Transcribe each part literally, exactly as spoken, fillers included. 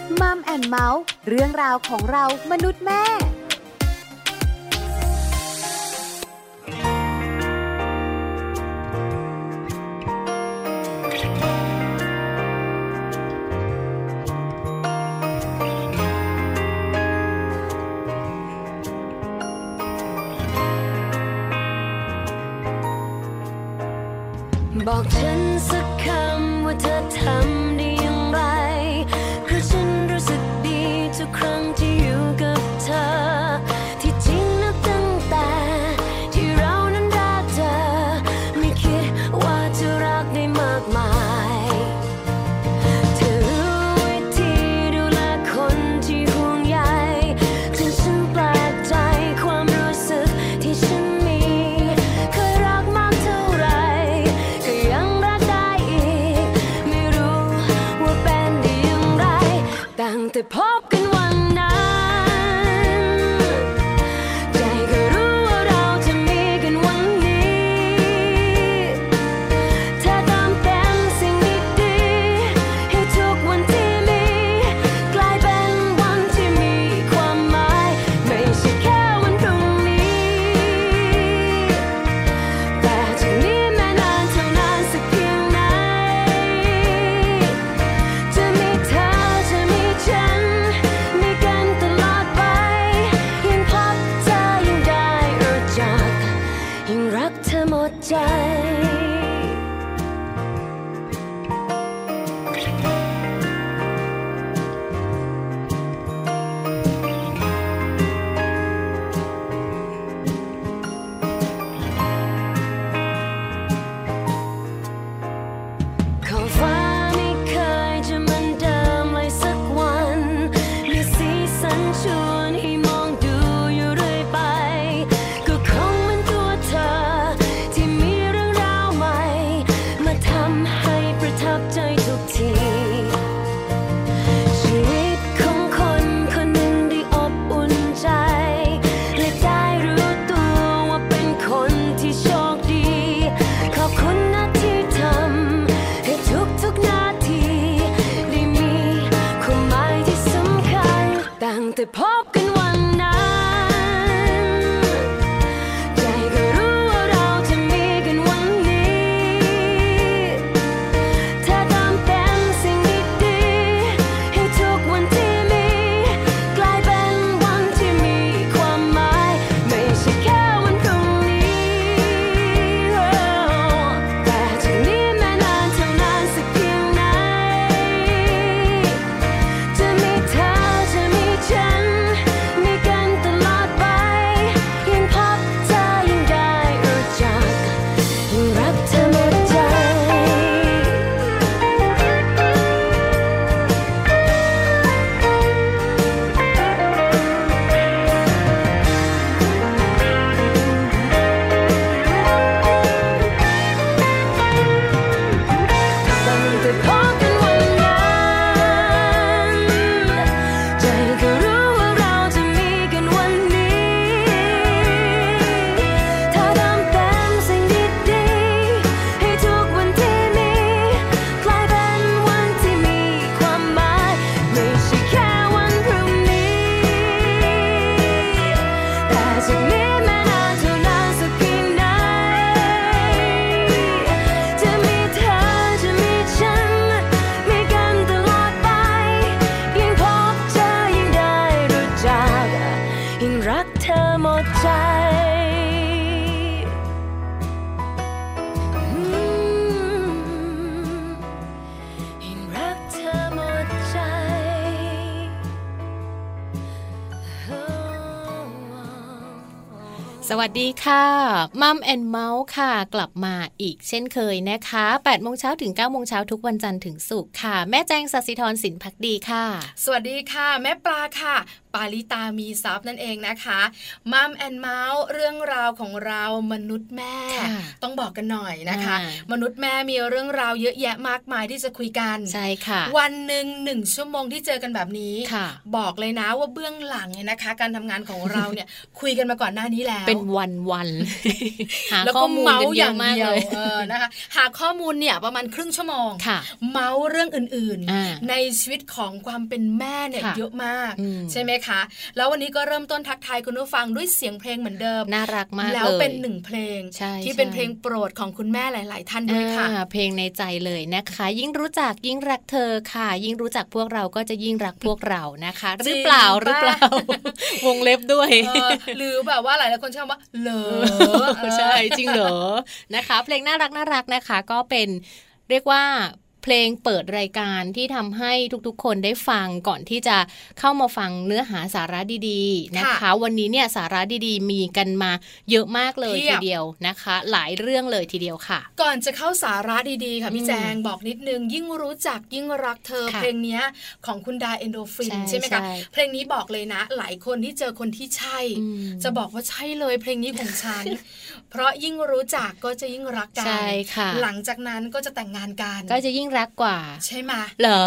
มัมแอนด์เมาส์เรื่องราวของเรามนุษย์แม่บอกฉันสักคำว่าเธอทำได้อย่างไรเพราะฉันรู้สึกดีทุกครั้งที่อยู่กับเธอที่จริงนับตั้งแต่ที่เรานั้นรักเธอไม่คิดว่าจะรักได้มากมายเธอรู้วิธีดูแลคนที่ห่วงใยจนฉันแปลกใจความรู้สึกที่ฉันมีเคยรักมากเท่าไรก็ยังรักได้อีกไม่รู้ว่าเป็นได้อย่างไรตั้งแต่พบกันวันนั้นใจก็รู้ว่าเราจะมีกันวันนี้เธอทำเป็นสิ่งดีๆให้ทุกวันที่มีกลายเป็นวันที่มีความหมายไม่ใช่แค่วันพรุ่งนี้แต่จากนี้แม้นานเท่านานสักเพียงไหนจะมีเธอจะมีฉันมีกันตลอดไปยิ่งพบเธอยิ่งได้รู้จักยิ่งรักเธอหมดใจขอบฟ้าไม่เคยจะเหมือนเดิมเลยสักวันมีสีสันชวนให้มองดูอยู่เรื่อยไปก็คงเหมือนตัวเธอที่มีเรื่องราวใหม่มาทำให้ประทับใจทุกทีชีวิตของคนคนหนึ่งได้อบอุ่นใจและได้รู้ตัวว่าเป็นคนที่โชคดีขอบคุณนะที่ทำให้ทุกๆนาทีได้มีความหมายที่สำคัญตั้งแต่พบกันวันนั้นใจก็รู้ว่าเราจะมีกันวันนี้เธอทำเป็นสิ่งดีๆให้ทุกวันที่มีกลายเป็นวันที่มีความหมายไม่ใช่แค่วันพรุ่งนี้แต่จากนี้แม้นานเท่านานสักเพียงไหนจะมีเธอจะมีฉันมีกันตลอดไปยิ่งพบเธอยิ่งได้รู้จักยิ่งรักเธอหมดใจตั้งแต่พบกันวันนั้นใจก็รู้ว่าเราจะมีกันวันนี้เธอทำเป็นสิ่งดีๆให้ทุกวันที่มีกลายเป็นวันที่มีความหมายไม่ใช่แค่วันพรุ่งนี้แต่จากนี้แม้นานเท่านานสักเพียงไหนจะมีเธอจะมีฉันมีกันตลอดไปยิ่งพบเธอยิ่งได้รู้จักยิ่งรักเธอหมดใจอืมยิ่งรักเธอหมดใจโอ้สวัสดีค่ะมัมแอนด์เมาส์ค่ะกลับมาอีกเช่นเคยนะคะแปดโมงเช้าถึงเก้าโมงเช้าทุกวันจันทร์ถึงศุกร์ค่ะแม่แจงศศิธรสินภักดีค่ะสวัสดีค่ะแม่ปลาค่ะปาริตามีทรัพย์นั่นเองนะคะมัมแอนเมาส์เรื่องราวของเรามนุษย์แม่ต้องบอกกันหน่อยนะคะมนุษย์แม่มีเรื่องราวเยอะแยะมากมายที่จะคุยกันใช่ค่ะวันหนึ่งหนึ่งชั่วโมงที่เจอกันแบบนี้บอกเลยนะว่าเบื้องหลังเนี่ยนะคะการทำงานของเราเนี่ย คุยกันมาก่อนหน้านี้แล้วเป็นวันวันหาข้อมูลกันเยอะมากเลยนะคะหาข้อมูลเนี่ยประมาณครึ่งชั่วโมงเมาส์เรื่องอื่นๆในชีวิตของความเป็นแม่เนี่ยเยอะมากใช่ไหมคะแล้ววันนี้ก็เริ่มต้นทักทายคุณผู้ฟังด้วยเสียงเพลงเหมือนเดิมน่ารักมากเลยแล้วเป็นหนึ่งเพลงที่เป็นเพลงโปรดของคุณแม่หลายๆท่านด้วยค่ะเพลงในใจเลยนะคะยิ่งรู้จักยิ่งรักเธอค่ะยิ่งรู้จักพวกเราก็จะยิ่งรักพวกเรานะคะหรือเปล่าหรือเปล่าวงเล็บด้วยหรือแบบว่าหลายๆคนชอบว่าเหรอใช่จริงเหรอนะคะเพลงน่ารักน่ารักนะคะก็เป็นเรียกว่าเพลงเปิดรายการที่ทำให้ทุกๆคนได้ฟังก่อนที่จะเข้ามาฟังเนื้อหาสาระดีๆนะคะวันนี้เนี่ยสาระดีๆมีกันมาเยอะมากเลยทีเดียวนะคะหลายเรื่องเลยทีเดียวค่ะก่อนจะเข้าสาระดีๆค่ะพี่แจงบอกนิดนึงยิ่งรู้จักยิ่งรักเธอเพลงนี้ของคุณดาเอนโดฟินใช่ไหมคะเพลงนี้บอกเลยนะหลายคนที่เจอคนที่ใช่จะบอกว่าใช่เลยเพลงนี้ของฉัน เพราะยิ่งรู้จักก็จะยิ่งรักกันหลังจากนั้นก็จะแต่งงานกันก็จะยิ่งรักกว่าใช่ไหมเหรอ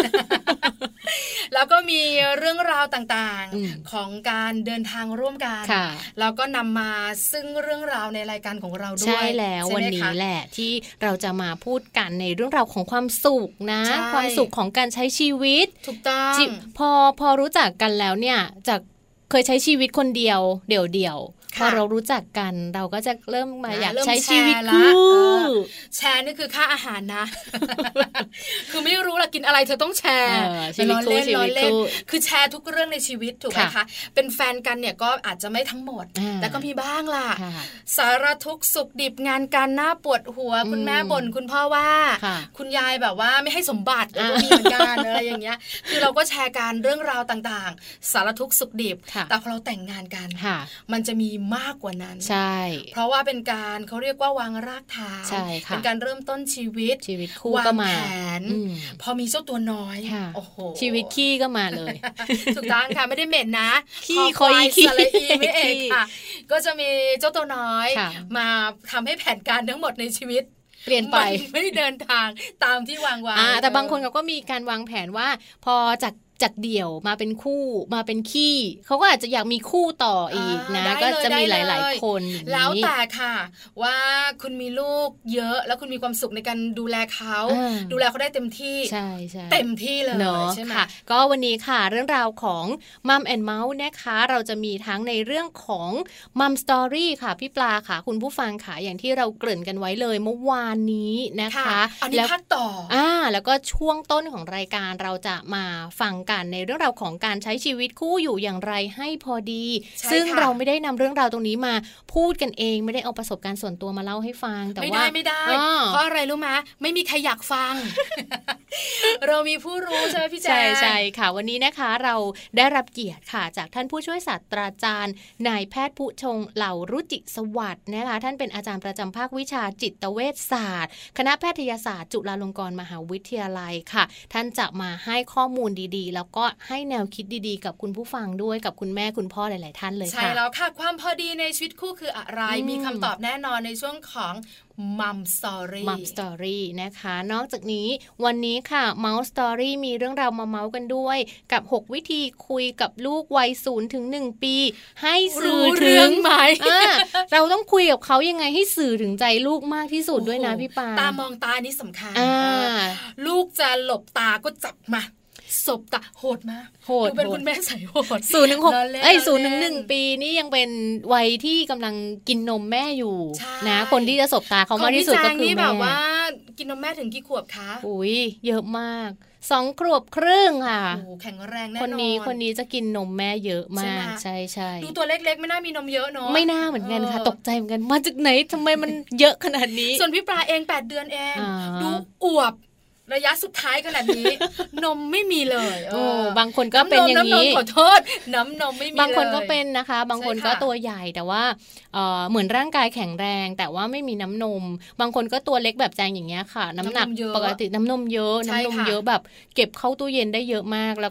แล้วก็มีเรื่องราวต่างๆของการเดินทางร่วมกันแล้วก็นำมาซึ่งเรื่องราวในรายการของเราด้วยใช่แล้ววันนี้แหละที่เราจะมาพูดกันในเรื่องราวของความสุขนะความสุขของการใช้ชีวิตถูกต้องพอพอรู้จักกันแล้วเนี่ยจากเคยใช้ชีวิตคนเดียวเดี่ยวพอเรารู้จักกันเราก็จะเริ่มมาอยากใช้ชีวิตคู่แชร์นี่คือค่าอาหารนะ คือไม่รู้ละกินอะไรเธอต้องแชร์ชีวิตคู่ชีวิตคู่คือแชร์ทุกเรื่องในชีวิตถูกไหมคะเป็นแฟนกันเนี่ยก็อาจจะไม่ทั้งหมดแต่ก็มีบ้างล่ะสารทุกข์สุขดิบงานการหน้าปวดหัวคุณแม่บ่นคุณพ่อว่าคุณยายแบบว่าไม่ให้สมบัติก็มีเหมือนกันอะไรอย่างเงี้ยคือเราก็แชร์การเรื่องราวต่างๆสารทุกข์สุขดิบแต่พอเราแต่งงานกันมันจะมีมากกว่านั้นใช่เพราะว่าเป็นการเขาเรียกว่าวางรากฐานเป็นการเริ่มต้นชีวิตชีวิตคู่ก็มาแผนพอมีเจ้าตัวน้อยโอ้โหชีวิตขี้ก็มาเลยถูกต้องค่ะไม่ได้เหม็นนะขี้คอยขี้สระอีไม่เองค่ะก็จะมีเจ้าตัวน้อยมาทำให้แผนการทั้งหมดในชีวิตเปลี่ยนไปไม่เดินทางตามที่วางไว้แต่บางคนเขาก็มีการวางแผนว่าพอจากจากเดี่ยวมาเป็นคู่มาเป็นขี้เขาก็อาจจะอยากมีคู่ต่ออีกนะก็จะมีหลายๆคนแล้วแต่ค่ะว่าคุณมีลูกเยอะแล้วคุณมีความสุขในการดูแลเขาดูแลเขาได้เต็มที่ใช่เต็มที่เลยใช่ไหมค่ะก็วันนี้ค่ะเรื่องราวของมัมแอนด์เมาส์นะคะเราจะมีทั้งในเรื่องของมัมสตอรี่ค่ะพี่ปลาค่ะคุณผู้ฟังค่ะอย่างที่เราเกริ่นกันไว้เลยเมื่อวานนี้นะคะอันนี้ภาคต่ออ่าแล้วก็ช่วงต้นของรายการเราจะมาฟังในเรื่องราวของการใช้ชีวิตคู่อยู่อย่างไรให้พอดีซึ่งเราไม่ได้นำเรื่องราวตรงนี้มาพูดกันเองไม่ได้เอาประสบการณ์ส่วนตัวมาเล่าให้ฟังแต่ว่าไม่ได้ไม่ได้เพราะอะไรรู้ไหมไม่มีใครอยากฟัง เรามีผู้รู้ใช่ไหมพี่แจ๊ใช่ใช่ค่ะวันนี้นะคะเราได้รับเกียรติค่ะจากท่านผู้ช่วยศาสตราจารย์นายแพทย์ผู้ชงเหล่ารุจิสวัสดิ์นะคะท่านเป็นอาจารย์ประจำภาควิชาจิตเวชศาสตร์คณะแพทยศาสตร์จุฬาลงกรณ์มหาวิทยาลัยค่ะท่านจะมาให้ข้อมูลดีๆแล้วก็ให้แนวคิดดีๆกับคุณผู้ฟังด้วยกับคุณแม่คุณพ่อหลายๆท่านเลยค่ะใช่แล้วค่ะความพอดีในชีวิตคู่คืออะไรมีคำตอบแน่นอนในช่วงของมัมสตอรี่มัมสตอรี่นะคะนอกจากนี้วันนี้ค่ะเมาส์สตอรี่มีเรื่องราวมาเมาส์กันด้วยกับหกวิธีคุยกับลูกวัยศูนย์ถึงหนึ่งปีให้สื่อถึงไหมเราต้องคุยกับเขายังไงให้สื่อถึงใจลูกมากที่สุดด้วยนะพี่ปาตามองตานี่สำคัญลูกจะหลบตาก็จับมาศพตะโหดมากโหดเป็นคุณแม่ใส่โหดศูนย์ถึงหกเอ้ยศูนย์ถึงหนึ่งปีนี่ยังเป็นวัยที่กำลังกินนมแม่อยู่นะคนที่จะศพตาเขามากที่สุดก็คือแม่แบบว่ากินนมแม่ถึงกี่ขวบคะอุ้ยเยอะมากสองขวบครึ่งค่ะโอ้แข็งแรงแน่นอนคนนี้คนนี้จะกินนมแม่เยอะมากใช่ใช่ดูตัวเล็กๆไม่น่ามีนมเยอะเนาะไม่น่าเหมือนกันค่ะตกใจเหมือนกันมาจากไหนทำไมมันเยอะขนาดนี้ส่วนพี่ปลาเองแปดเดือนเองดูอวบระยะสุดท้ายขนาดนี้ นมไม่มีเลยโอ้บางคนก็เป็นอย่างนี้ขอโทษน้ำนมไม่มีเลยบางคนก็เป็นนะคะบางคนก็ตัวใหญ่แต่ว่าเอ่อเหมือนร่างกายแข็งแรงแต่ว่าไม่มีน้ำนมบางคนก็ตัวเล็กแบบแจงอย่างเงี้ยค่ะน้ำหนักปกติน้ำนมเยอะน้ำนมเยอะแบบเก็บเข้าตู้เย็นได้เยอะมากแล้วก็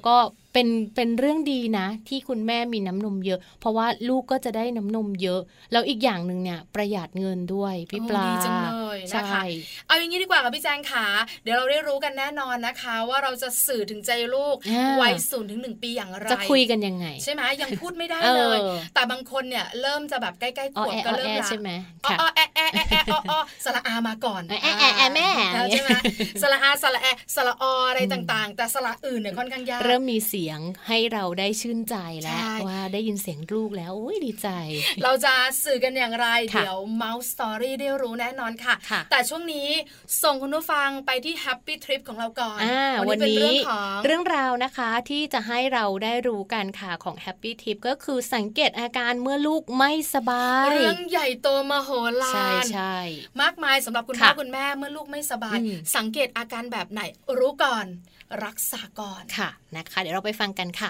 เป็นเป็นเรื่องดีนะที่คุณแม่มีน้ำนมเยอะเพราะว่าลูกก็จะได้น้ำนมเยอะแล้วอีกอย่างนึงเนี่ยประหยัดเงินด้วยพี่ปลาดีจังเลยนะคะเอาอย่างนี้ดีกว่าค่ะพี่แจงขาเดี๋ยวเราได้รู้กันแน่นอนนะคะว่าเราจะสื่อถึงใจลูกวัยศูนย์ถึงหนึ่งปีอย่างไรจะคุยกันยังไงใช่ไหมยังพูดไม่ได้เลยแต่บางคนเนี่ยเริ่มจะแบบใกล้ๆขวบก็เริ่มละใช่ไหมอ๋อแอะแอะแอะแอะอ๋อสระอามาก่อนแอะแอะแอะแม่ใช่ไหมสระอาสระแอะสระออะไรต่างๆแต่สระอื่นเนี่ยค่อนข้างยากเริ่มมีเสียงให้เราได้ชื่นใจแล้วว่าได้ยินเสียงลูกแล้วอุ้ยดีใจเราจะสื่อกันอย่างไรเดี๋ยว Mouse Story ได้รู้แน่นอนค่ะแต่ช่วงนี้ส่งคุณผู้ฟังไปที่ Happy Trip ของเราก่อนวันนี้เป็นเรื่องของเรื่องราวนะคะที่จะให้เราได้รู้กันค่ะของ Happy Trip ก็คือสังเกตอาการเมื่อลูกไม่สบายเรื่องใหญ่โตมโหฬารใช่ๆมากมายสำหรับคุณพ่อคุณแม่เมื่อลูกไม่สบายสังเกตอาการแบบไหนรู้ก่อนรักษาก่อนค่ะนะคะเดี๋ยวเราไปฟังกันค่ะ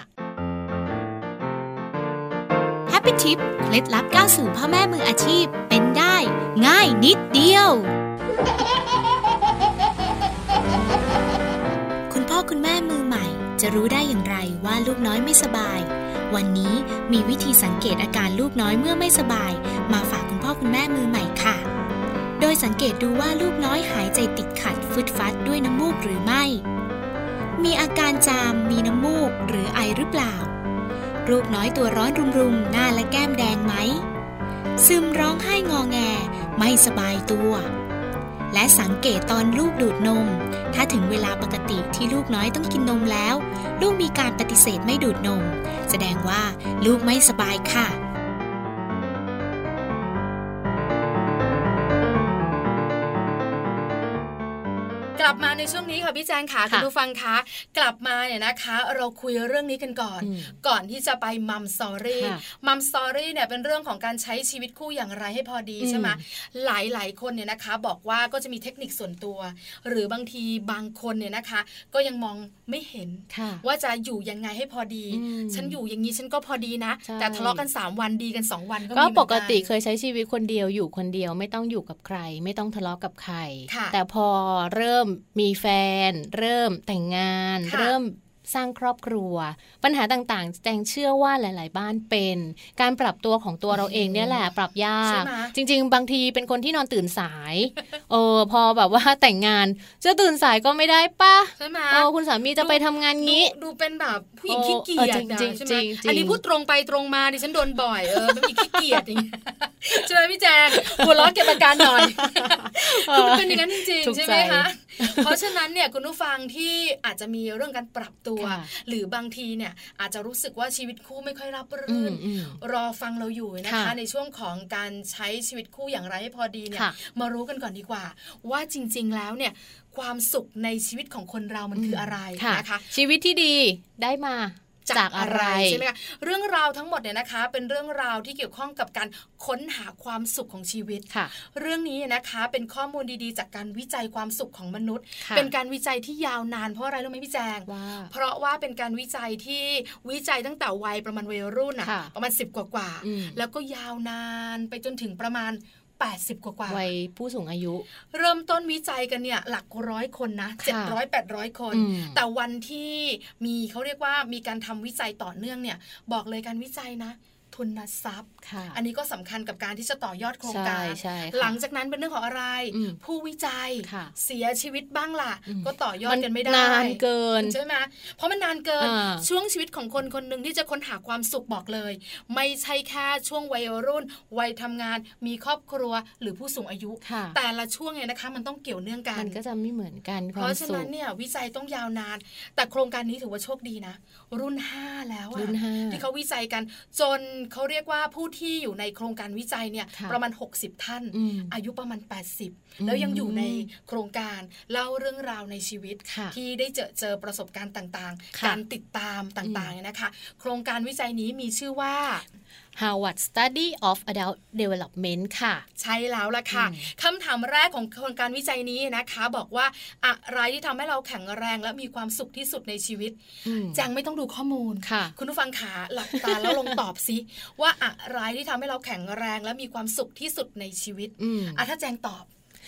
Happy Tip เคล็ดลับก้าวสู่พ่อแม่มืออาชีพเป็นได้ง่ายนิดเดียว คุณพ่อคุณแม่มือใหม่จะรู้ได้อย่างไรว่าลูกน้อยไม่สบายวันนี้มีวิธีสังเกตอาการลูกน้อยเมื่อไม่สบายมาฝากคุณพ่อคุณแม่มือใหม่ค่ะโดยสังเกตดูว่าลูกน้อยหายใจติดขัดฟึดฟัดด้วยน้ำมูกหรือไม่มีอาการจามมีน้ำมูกหรือไอหรือเปล่าลูกน้อยตัวร้อนรุมๆหน้าและแก้มแดงไหมซึมร้องไห้งอแงไม่สบายตัวและสังเกตตอนลูกดูดนมถ้าถึงเวลาปกติที่ลูกน้อยต้องกินนมแล้วลูกมีการปฏิเสธไม่ดูดนมแสดงว่าลูกไม่สบายค่ะกลับมาในช่วงนี้ค่ะพี่แจงค่ะคุณผู้ฟังคะกลับมาเนี่ยนะคะเราคุยเรื่องนี้กันก่อนก่อนที่จะไปมัมสตอรี่มัมสตอรี่เนี่ยเป็นเรื่องของการใช้ชีวิตคู่อย่างไรให้พอดีใช่ไหมหลายหลายคนเนี่ยนะคะบอกว่าก็จะมีเทคนิคส่วนตัวหรือบางทีบางคนเนี่ยนะคะก็ยังมองไม่เห็นว่าจะอยู่ยังไงให้พอดีฉันอยู่อย่างนี้ฉันก็พอดีนะแต่ทะเลาะกันสามวันดีกันสองวันก็มีเหมือนกันก็ปกติเคยใช้ชีวิตคนเดียวอยู่คนเดียวไม่ต้องอยู่กับใครไม่ต้องทะเลาะกับใครแต่พอเริ่มมีแฟนเริ่มแต่งงานเริ่มสร้างครอบครัวปัญหาต่างๆแจงเชื่อว่าหลายๆบ้านเป็นการปรับตัวของตัวเราเองเนี่ยแหละปรับยากจริงๆบางทีเป็นคนที่นอนตื่นสายเออพอแบบว่าแต่งงานจะตื่นสายก็ไม่ได้ป่ะใช่ไหมเออคุณสามีจะไปทำงานงี้ดูเป็นแบบผู้หญิงขี้เกียจนะใช่ไหมอันนี้พูดตรงไปตรงมาดิฉันโดนบ่อยเออเป็นขี้เกียจอย่างเงี้ยใช่ไหมพี่แจงหัวเราะเก็บอาการหน่อยคือเป็นอย่างนั้นจริงๆใช่ไหมคะเพราะฉะนั้นเนี่ยคุณผู้ฟังที่อาจจะมีเรื่องการปรับตัวหรือบางทีเนี่ยอาจจะรู้สึกว่าชีวิตคู่ไม่ค่อยราบรื่นรอฟังเราอยู่นะคะในช่วงของการใช้ชีวิตคู่อย่างไรให้พอดีเนี่ยมารู้กันก่อนดีกว่าว่าจริงๆแล้วเนี่ยความสุขในชีวิตของคนเรามันคืออะไรนะคะชีวิตที่ดีได้มาจากอะไรใช่ไหมคะเรื่องราวทั้งหมดเนี่ยนะคะเป็นเรื่องราวที่เกี่ยวข้องกับการค้นหาความสุขของชีวิตเรื่องนี้นะคะเป็นข้อมูลดีๆจากการวิจัยความสุขของมนุษย์เป็นการวิจัยที่ยาวนานเพราะอะไรรู้ไหมพี่แจงเพราะว่าเป็นการวิจัยที่วิจัยตั้งแต่วัยประมาณวัยรุ่นอะประมาณสิบกว่าๆแล้วก็ยาวนานไปจนถึงประมาณแปดสิบกว่าวัยผู้สูงอายุเริ่มต้นวิจัยกันเนี่ยหลักร้อยคนนะเจ็ดร้อย แปดร้อยคนแต่วันที่มีเขาเรียกว่ามีการทำวิจัยต่อเนื่องเนี่ยบอกเลยการวิจัยนะทุนทรัพย์อันนี้ก็สำคัญกับการที่จะต่อยอดโครงการหลังจากนั้นเป็นเรื่องของอะไรผู้วิจัยเสียชีวิตบ้างล่ะก็ต่อยอดกันไม่ได้นานเกินใช่ไหมเพราะมันนานเกินช่วงชีวิตของคนคนหนึ่งที่จะค้นหาความสุขบอกเลยไม่ใช่แค่ช่วงวัยรุ่นวัยทำงานมีครอบครัวหรือผู้สูงอายุแต่ละช่วงเนี่ยนะคะมันต้องเกี่ยวเนื่องกันมันก็จะไม่เหมือนกันเพราะฉะนั้นเนี่ยวิจัยต้องยาวนานแต่โครงการนี้ถือว่าโชคดีนะรุ่นห้าแล้วอะที่เขาวิจัยกันจนเขาเรียกว่าผู้ที่อยู่ในโครงการวิจัยเนี่ยประมาณหกสิบท่านอายุประมาณแปดสิบแล้วยังอยู่ในโครงการเล่าเรื่องราวในชีวิตที่ได้เจอเจอประสบการณ์ต่างๆการติดตามต่างๆนะคะโครงการวิจัยนี้มีชื่อว่า Harvard Study of Adult Development ค่ะใช่แล้วล่ะค่ะคำถามแรกของโครงการวิจัยนี้นะคะบอกว่าอะไรที่ทำให้เราแข็งแรงและมีความสุขที่สุดในชีวิตแจงไม่ต้องดูข้อมูลคุณผู้ฟังขาหลับตาแล้วลองตอบซิว่าอะไรที่ทำให้เราแข็งแรงและมีความสุขที่สุดในชีวิตอ่ะถ้าแจงตอบ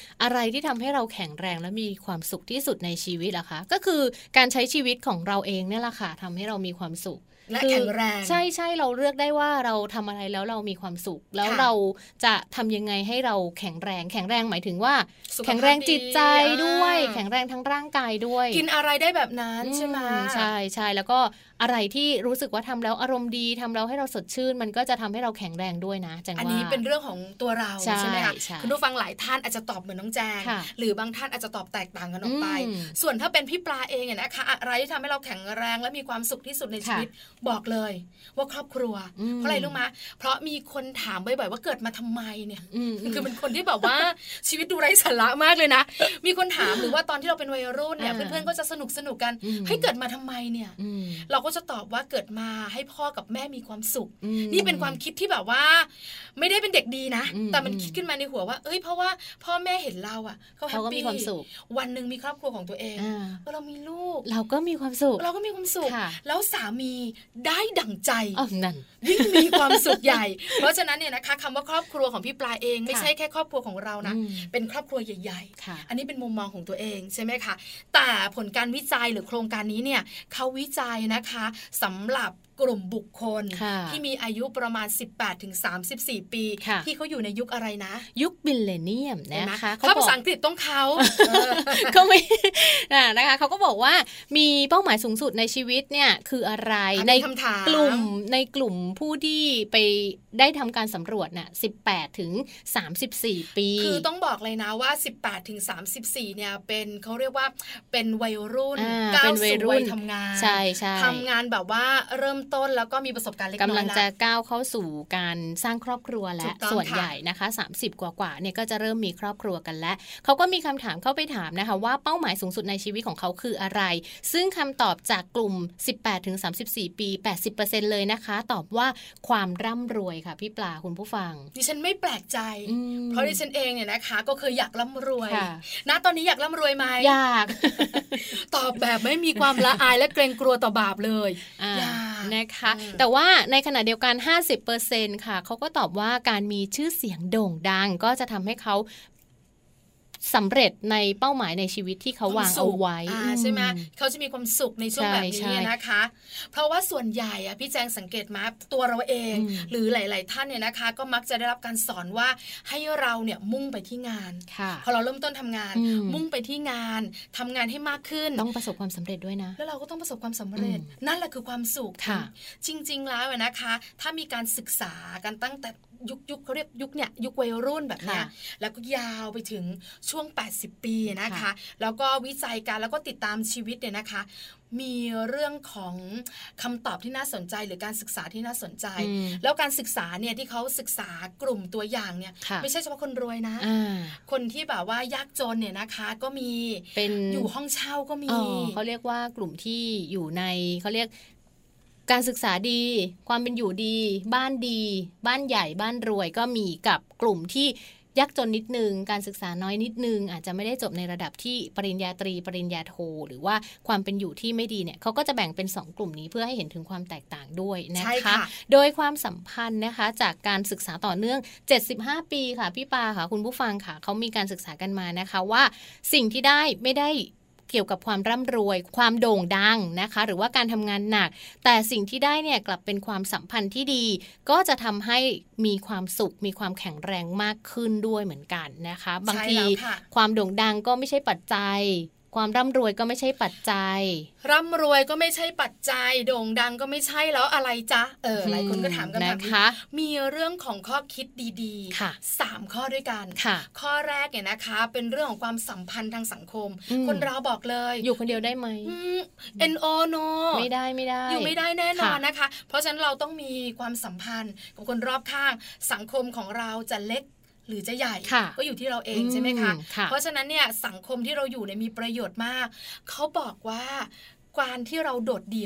อะไรที่ทำให้เราแข็งแรงและมีความสุขที่สุดในชีวิตล่ะคะก็คือการใช้ชีวิตของเราเองเนี่ยแหละค่ะทำให้เรามีความสุขและแข็งแรงใช่ใช่เราเลือกได้ว่าเราทำอะไรแล้วเรามีความสุขแล้วเราจะทำยังไงให้เราแข็งแรงแข็งแรงหมายถึงว่าแข็งแรงจิตใจด้วยแข็งแรงทั้งร่างกายด้วยกินอะไรได้แบบนั้นใช่ไหมใช่ใช่แล้วก็อะไรที่รู้สึกว่าทำแล้วอารมณ์ดีทำแล้วให้เราสดชื่นมันก็จะทำให้เราแข็งแรงด้วยนะจังว่าอันนี้เป็นเรื่องของตัวเราใช่ไหมคะคุณผู้ฟังหลายท่านอาจจะตอบเหมือนน้องแจงหรือบางท่านอาจจะตอบแตกต่างกันออกไปส่วนถ้าเป็นพี่ปลาเองเนี่ยนะคะอะไรที่ทำให้เราแข็งแรงและมีความสุขที่สุดในชีวิตบอกเลยว่าครอบครัวเพราะอะไรรู้ไหมเพราะมีคนถามบ่อยๆว่าเกิดมาทำไมเนี่ยคือเป็นคนที่แบบว่าชีวิตดูไร้สาระมากเลยนะมีคนถามหรือว่าตอนที่เราเป็นวัยรุ่นเนี่ยเพื่อนๆก็จะสนุกสนุกกันให้เกิดมาทำไมเนี่ยเราก็จะตอบว่าเกิดมาให้พ่อกับแม่มีความสุขนี่เป็นความคิดที่แบบว่าไม่ได้เป็นเด็กดีนะแต่มันคิดขึ้นมาในหัวว่าเอ้ยเพราะว่าพ่อแม่เห็นเราอ่ะเขาแฮปปี้วันนึงมีครอบครัวของตัวเองเรามีลูกเราก็มีความสุขเราก็มีความสุขแล้วสามีได้ดั่งใจนั่นยิ่งมีความสุขใหญ่เพราะฉะนั้นเนี่ยนะคะคำว่าครอบครัวของพี่ปลาเองไม่ใช่แค่ครอบครัวของเรานะเป็นครอบครัวใหญ่ๆอันนี้เป็นมุมมองของตัวเองใช่ไหมคะแต่ผลการวิจัยหรือโครงการนี้เนี่ยเขาวิจัยนะคะสำหรับกลุ่มบุคคลที่มีอายุประมาณ สิบแปดถึงสามสิบสี่ ปีที่เขาอยู่ในยุคอะไรนะยุคมิลเลนเนียมนะคะถ้าภาษาอังกฤษต้องเขาเขาไม่นะคะเขาก็บอกว่ามีเป้าหมายสูงสุดในชีวิตเนี่ยคืออะไรในกลุ่มในกลุ่มผู้ที่ไปได้ทำการสำรวจน่ะสิบแปดถึงสามสิบสี่ ปีคือต้องบอกเลยนะว่าสิบแปดถึงสามสิบสี่เนี่ยเป็นเขาเรียกว่าเป็นวัยรุ่นก้าวสู่วัยทำงานใช่ใช่ทำงานแบบว่าเริ่มต้นแล้วก็มีประสบการณ์เล็กน้อยกำลังจะก้าวเข้าสู่การสร้างครอบครัวและส่วนใหญ่นะคะสามสิบกว่าๆเนี่ยก็จะเริ่มมีครอบครัวกันแล้วเขาก็มีคำถามเข้าไปถามนะคะว่าเป้าหมายสูงสุดในชีวิตของเขาคืออะไรซึ่งคำตอบจากกลุ่ม สิบแปดถึงสามสิบสี่ ปี แปดสิบเปอร์เซ็นต์ เลยนะคะตอบว่าความร่ำรวยค่ะพี่ปลาคุณผู้ฟังดิฉันไม่แปลกใจเพราะดิฉันเองเนี่ยนะคะก็เคยอยากร่ำรวยนะตอนนี้อยากร่ำรวยไหมอยากตอบแบบไม่มีความละอายและเกรงกลัวต่อบาปเลยอยากนะคะแต่ว่าในขณะเดียวกัน ห้าสิบเปอร์เซ็นต์ ค่ะเขาก็ตอบว่าการมีชื่อเสียงโด่งดังก็จะทำให้เขาสำเร็จในเป้าหมายในชีวิตที่เขาวางเอาไว้ใช่ไหมเขาจะมีความสุขในช่วงแบบนี้นะคะเพราะว่าส่วนใหญ่อะพี่แจงสังเกตมาตัวเราเองหรือหลายๆท่านเนี่ยนะคะก็มักจะได้รับการสอนว่าให้เราเนี่ยมุ่งไปที่งานพอเราเริ่มต้นทำงานมุ่งไปที่งานทำงานให้มากขึ้นต้องประสบความสำเร็จด้วยนะแล้วเราก็ต้องประสบความสำเร็จนั่นแหละคือความสุขจริงๆแล้วนะคะถ้ามีการศึกษากันตั้งแต่ยุคยุคเขาเรียกยุคเนี่ยยุควัยรุ่นแบบนี้แล้วก็ยาวไปถึงช่วงแปดสิบปีนะคะแล้วก็วิจัยกันแล้วก็ติดตามชีวิตเนี่ยนะคะมีเรื่องของคำตอบที่น่าสนใจหรือการศึกษาที่น่าสนใจแล้วการศึกษาเนี่ยที่เขาศึกษากลุ่มตัวอย่างเนี่ยไม่ใช่เฉพาะคนรวยนะคนที่แบบว่ายากจนเนี่ยนะคะก็มีเป็นอยู่ห้องเช่าก็มีเขาเรียกว่ากลุ่มที่อยู่ในเขาเรียกการศึกษาดีความเป็นอยู่ดีบ้านดีบ้านใหญ่บ้านรวยก็มีกับกลุ่มที่ยากจนนิดนึงการศึกษาน้อยนิดนึงอาจจะไม่ได้จบในระดับที่ปริญญาตรีปริญญาโทหรือว่าความเป็นอยู่ที่ไม่ดีเนี่ยเขาก็จะแบ่งเป็นสองกลุ่มนี้เพื่อให้เห็นถึงความแตกต่างด้วยนะคะโดยความสัมพันธ์นะคะจากการศึกษาต่อเนื่องเจ็ดสิบห้าปีค่ะพี่ปาค่ะคุณผู้ฟังค่ะเขามีการศึกษากันมานะคะว่าสิ่งที่ได้ไม่ได้เกี่ยวกับความร่ำรวยความโด่งดังนะคะหรือว่าการทำงานหนักแต่สิ่งที่ได้เนี่ยกลับเป็นความสัมพันธ์ที่ดีก็จะทำให้มีความสุขมีความแข็งแรงมากขึ้นด้วยเหมือนกันนะคะบางทีความโด่งดังก็ไม่ใช่ปัจจัยความร่ำรวยก็ไม่ใช่ปัจจัยร่ำรวยก็ไม่ใช่ปัจจัยโด่งดังก็ไม่ใช่แล้วอะไรจ๊ะเออหลายคนก็ถามกันนะคะมีเรื่องของข้อคิดดีๆสามข้อด้วยกันข้อแรกเนี่ยนะคะเป็นเรื่องของความสัมพันธ์ทางสังคมคนเราบอกเลยอยู่คนเดียวได้ไหมเอ็น โอ no ไม่ได้ไม่ได้อยู่ไม่ได้แน่นอนนะคะเพราะฉะนั้นเราต้องมีความสัมพันธ์กับคนรอบข้างสังคมของเราจะเล็กหรือจะใหญ่ก็อยู่ที่เราเองใช่ไหมคะเพราะฉะนั้นเนี่ยสังคมที่เราอยู่เนี่ยมีประโยชน์มากเขาบอกว่าการที่เราโดดเดี่ยว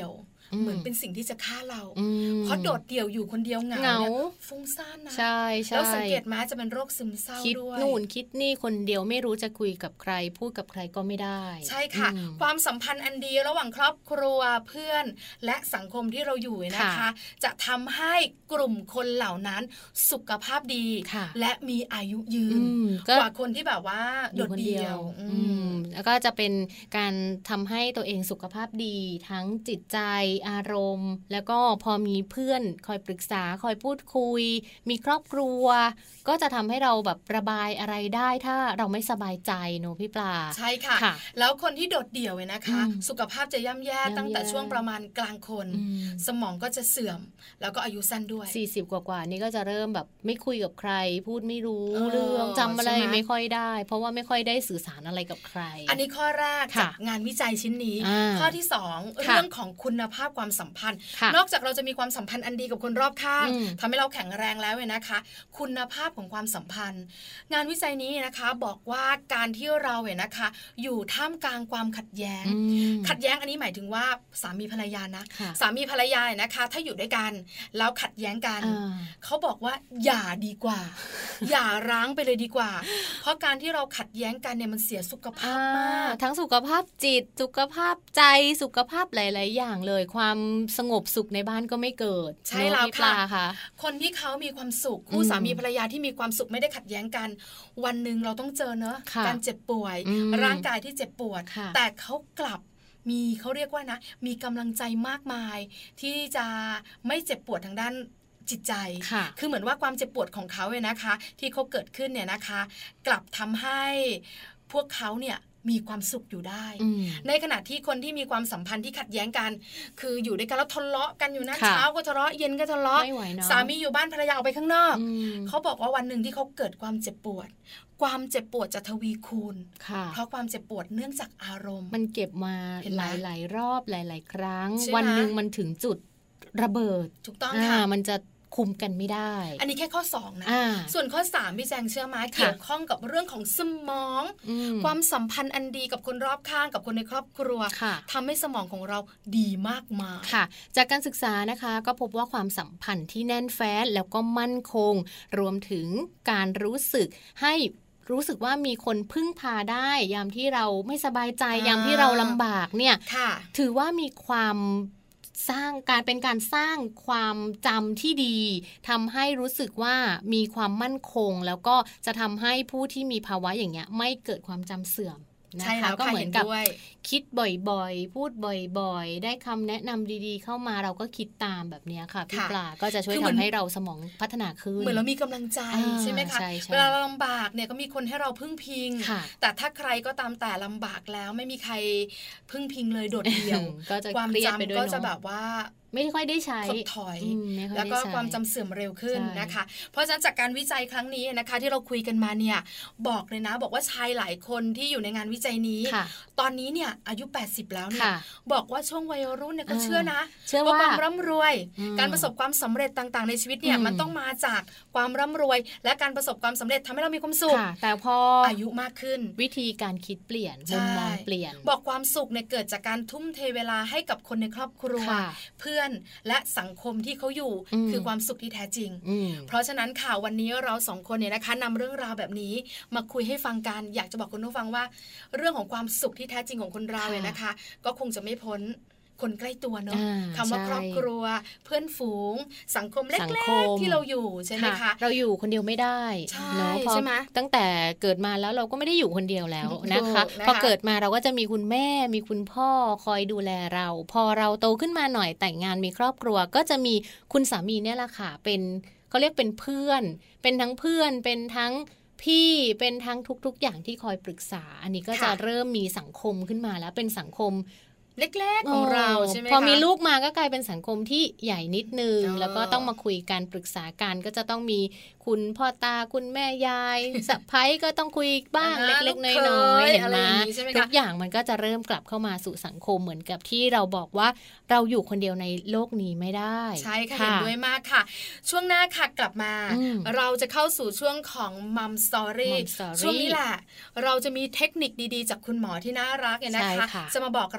เหมือนเป็นสิ่งที่จะฆ่าเราเพราะโดดเดี่ยวอยู่คนเดียวเหงาเนี่ยฟุ้งซ่านนะใช่ใช่แล้วสังเกตไหมจะเป็นโรคซึมเศร้าด้วยคิดนู่นคิดนี่คนเดียวไม่รู้จะคุยกับใครพูดกับใครก็ไม่ได้ใช่ค่ะความสัมพันธ์อันดีระหว่างครอบครัวเพื่อนและสังคมที่เราอยู่นะคะจะทำให้กลุ่มคนเหล่านั้นสุขภาพดีและมีอายุยืนกว่าคนที่แบบว่าโดดเดี่ยวแล้วก็จะเป็นการทำให้ตัวเองสุขภาพดีทั้งจิตใจอารมณ์แล้วก็พอมีเพื่อนคอยปรึกษาคอยพูดคุยมีครอบครัวก็จะทำให้เราแบบระบายอะไรได้ถ้าเราไม่สบายใจเนอะพี่ปลาใช่ค่ะแล้วคนที่โดดเดี่ยวเนี่ยนะคะสุขภาพจะย่ำแย่ตั้งแต่ช่วงประมาณกลางคนสมองก็จะเสื่อมแล้วก็อายุสั้นด้วยสี่สิบกว่าๆนี่ก็จะเริ่มแบบไม่คุยกับใครพูดไม่รู้เรื่องจำอะไรไม่ค่อยได้เพราะว่าไม่ค่อยได้สื่อสารอะไรกับใครอันนี้ข้อแรกจากงานวิจัยชิ้นนี้ข้อที่สองเรื่องของคุณภาพความสัมพันธ์นอกจากเราจะมีความสัมพันธ์อันดีกับคนรอบข้างทำให้เราแข็งแรงแล้วเนี่ยนะคะคุณภาพของความสัมพันธ์งานวิจัยนี้นะคะบอกว่าการที่เราเนี่ยนะคะอยู่ท่ามกลางความขัดแย้งขัดแย้งอันนี้หมายถึงว่าสามีภรรยานะสามีภรรยาเนี่ยนะคะถ้าอยู่ด้วยกันแล้วขัดแย้งกันเขาบอกว่าอย่าดีกว่าอย่าร้างไปเลยดีกว่าเพราะการที่เราขัดแย้งกันเนี่ยมันเสียสุขภาพมากทั้งสุขภาพจิตสุขภาพใจสุขภาพหลายๆอย่างเลยความสงบสุขในบ้านก็ไม่เกิดใช่แล้วค่ะคนที่เขามีความสุขคู่สามีภรรยาที่มีความสุขไม่ได้ขัดแย้งกันวันหนึ่งเราต้องเจอเนอะการเจ็บป่วยร่างกายที่เจ็บปวดแต่เขากลับมีเขาเรียกว่านะมีกำลังใจมากมายที่จะไม่เจ็บปวดทางด้านจิตใจคือเหมือนว่าความเจ็บปวดของเขาเนี่ยนะคะที่เขาเกิดขึ้นเนี่ยนะคะกลับทำให้พวกเขาเนี่ยมีความสุขอยู่ได้ในขณะที่คนที่มีความสัมพันธ์ที่ขัดแย้งกันคืออยู่ด้วยกันแล้วทะเลาะกันอยู่นะเช้าก็ทะเลาะเย็นก็ทะเลาะสามีอยู่บ้านภรรยาออกไปข้างนอกเขาบอกว่าวันหนึ่งที่เขาเกิดความเจ็บปวดความเจ็บปวดจะทวีคูณเพราะความเจ็บปวดเนื่องจากอารมณ์มันเก็บมาหลายๆรอบหลายๆครั้งวันหนึ่งมันถึงจุดระเบิดถูกต้องค่ะมันจะคุมกันไม่ได้อันนี้แค่ข้อสองนะส่วนข้อสามพี่แจงเชื่อไหมเกี่ยวข้องกับเรื่องของสมองความสัมพันธ์อันดีกับคนรอบข้างกับคนในครอบครัวทำให้สมองของเราดีมากมายค่ะจากการศึกษานะคะก็พบว่าความสัมพันธ์ที่แน่นแฟ้นแล้วก็มั่นคงรวมถึงการรู้สึกให้รู้สึกว่ามีคนพึ่งพาได้ยามที่เราไม่สบายใจยามที่เราลำบากเนี่ยถือว่ามีความสร้างการเป็นการสร้างความจำที่ดีทำให้รู้สึกว่ามีความมั่นคงแล้วก็จะทำให้ผู้ที่มีภาวะอย่างเงี้ยไม่เกิดความจำเสื่อมนะคะก็เหมือนกับคิดบ่อยๆพูดบ่อยๆได้คำแนะนำดีๆเข้ามาเราก็คิดตามแบบนี้ค่ะพี่ปลาก็จะช่วยทำให้เราสมองพัฒนาขึ้นเหมือนเรามีกำลังใจใช่ไหมคะเวลาเราลำบากเนี่ยก็มีคนให้เราพึ่งพิงแต่ถ้าใครก็ตามแต่ลำบากแล้วไม่มีใครพึ่งพิงเลยโดดเดี่ยวความจำก็จะแบบว่าไม่ค่อยได้ใช้ถดถอยแล้วก็ความจำเสื่อมเร็วขึ้นนะคะเพราะฉะนั้นจากการวิจัยครั้งนี้นะคะที่เราคุยกันมาเนี่ยบอกเลยนะบอกว่าชายหลายคนที่อยู่ในงานวิจัยนี้ตอนนี้เนี่ยอายุแปดสิบแล้วเนี่ยบอกว่าช่วงวัยรุ่นเนี่ยก็เชื่อนะว่าความร่ำรวยการประสบความสำเร็จต่างๆในชีวิตเนี่ยมันต้องมาจากความร่ำรวยและการประสบความสำเร็จทำให้เรามีความสุขแต่พออายุมากขึ้นวิธีการคิดเปลี่ยนมุมมองเปลี่ยนบอกความสุขเนี่ยเกิดจากการทุ่มเทเวลาให้กับคนในครอบครัวเพื่อนและสังคมที่เขาอยู่คือความสุขที่แท้จริงเพราะฉะนั้นค่ะวันนี้เราสองคนเนี่ยนะคะนำเรื่องราวแบบนี้มาคุยให้ฟังกันอยากจะบอกคุณผู้ฟังว่าเรื่องของความสุขที่แท้จริงของคนเราเนี่ยนะคะก็คงจะไม่พ้นคนใกล้ตัวเนาะคำว่าครอบครัวเพื่อนฝูงสังคมเล็กๆที่เราอยู่ใช่ไหมคะเราอยู่คนเดียวไม่ได้เนาะเพราะตั้งแต่เกิดมาแล้วเราก็ไม่ได้อยู่คนเดียวแล้วนะคะพอเกิดมาเราก็จะมีคุณแม่มีคุณพ่อคอยดูแลเราพอเราโตขึ้นมาหน่อยแต่งงานมีครอบครัวก็จะมีคุณสามีเนี่ยแหละค่ะเป็นเขาเรียกเป็นเพื่อนเป็นทั้งเพื่อนเป็นทั้งพี่เป็นทั้งทุกๆอย่างที่คอยปรึกษาอันนี้ก็จะเริ่มมีสังคมขึ้นมาแล้วเป็นสังคมเล็กๆของเราใช่ไหมคะพอมีลูกมาก็กลายเป็นสังคมที่ใหญ่นิดนึงแล้วก็ต้องมาคุยกันปรึกษากันก็จะต้องมีคุณพ่อตาคุณแม่ยายสะใภ้ก็ต้องคุยบ้างเล็กๆน้อยๆเห็นไหมทุกอย่างมันก็จะเริ่มกลับเข้ามาสู่สังคมเหมือนกับที่เราบอกว่าเราอยู่คนเดียวในโลกนี้ไม่ได้ใช่ค่ะเห็นด้วยมากค่ะช่วงหน้าค่ะกลับมาเราจะเข้าสู่ช่วงของมัมสตอรี่ช่วงนี้แหละเราจะมีเทคนิคดีๆจากคุณหมอที่น่ารักเนี่ยนะคะจะมาบอกเราค่ะ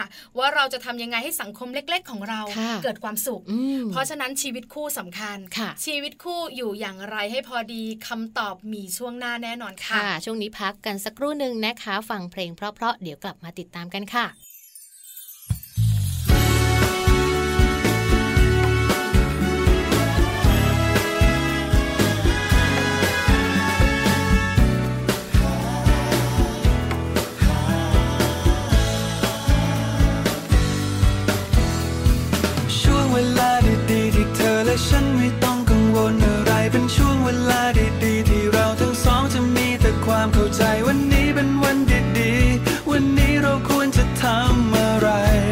ว่าเราจะทำยังไงให้สังคมเล็กๆของเราเกิดความสุขเพราะฉะนั้นชีวิตคู่สำคัญชีวิตคู่อยู่อย่างไรให้พอดีคำตอบมีช่วงหน้าแน่นอนค่ะช่วงนี้พักกันสักครู่นึงนะคะฟังเพลงเพราะๆเดี๋ยวกลับมาติดตามกันค่ะฉันไม่ต้องกังวลอะไรเป็นช่วงเวลาดีๆที่เราทั้งสองจะมีแต่ความเข้าใจวันนี้เป็นวันดีๆวันนี้เราควรจะทำอะไร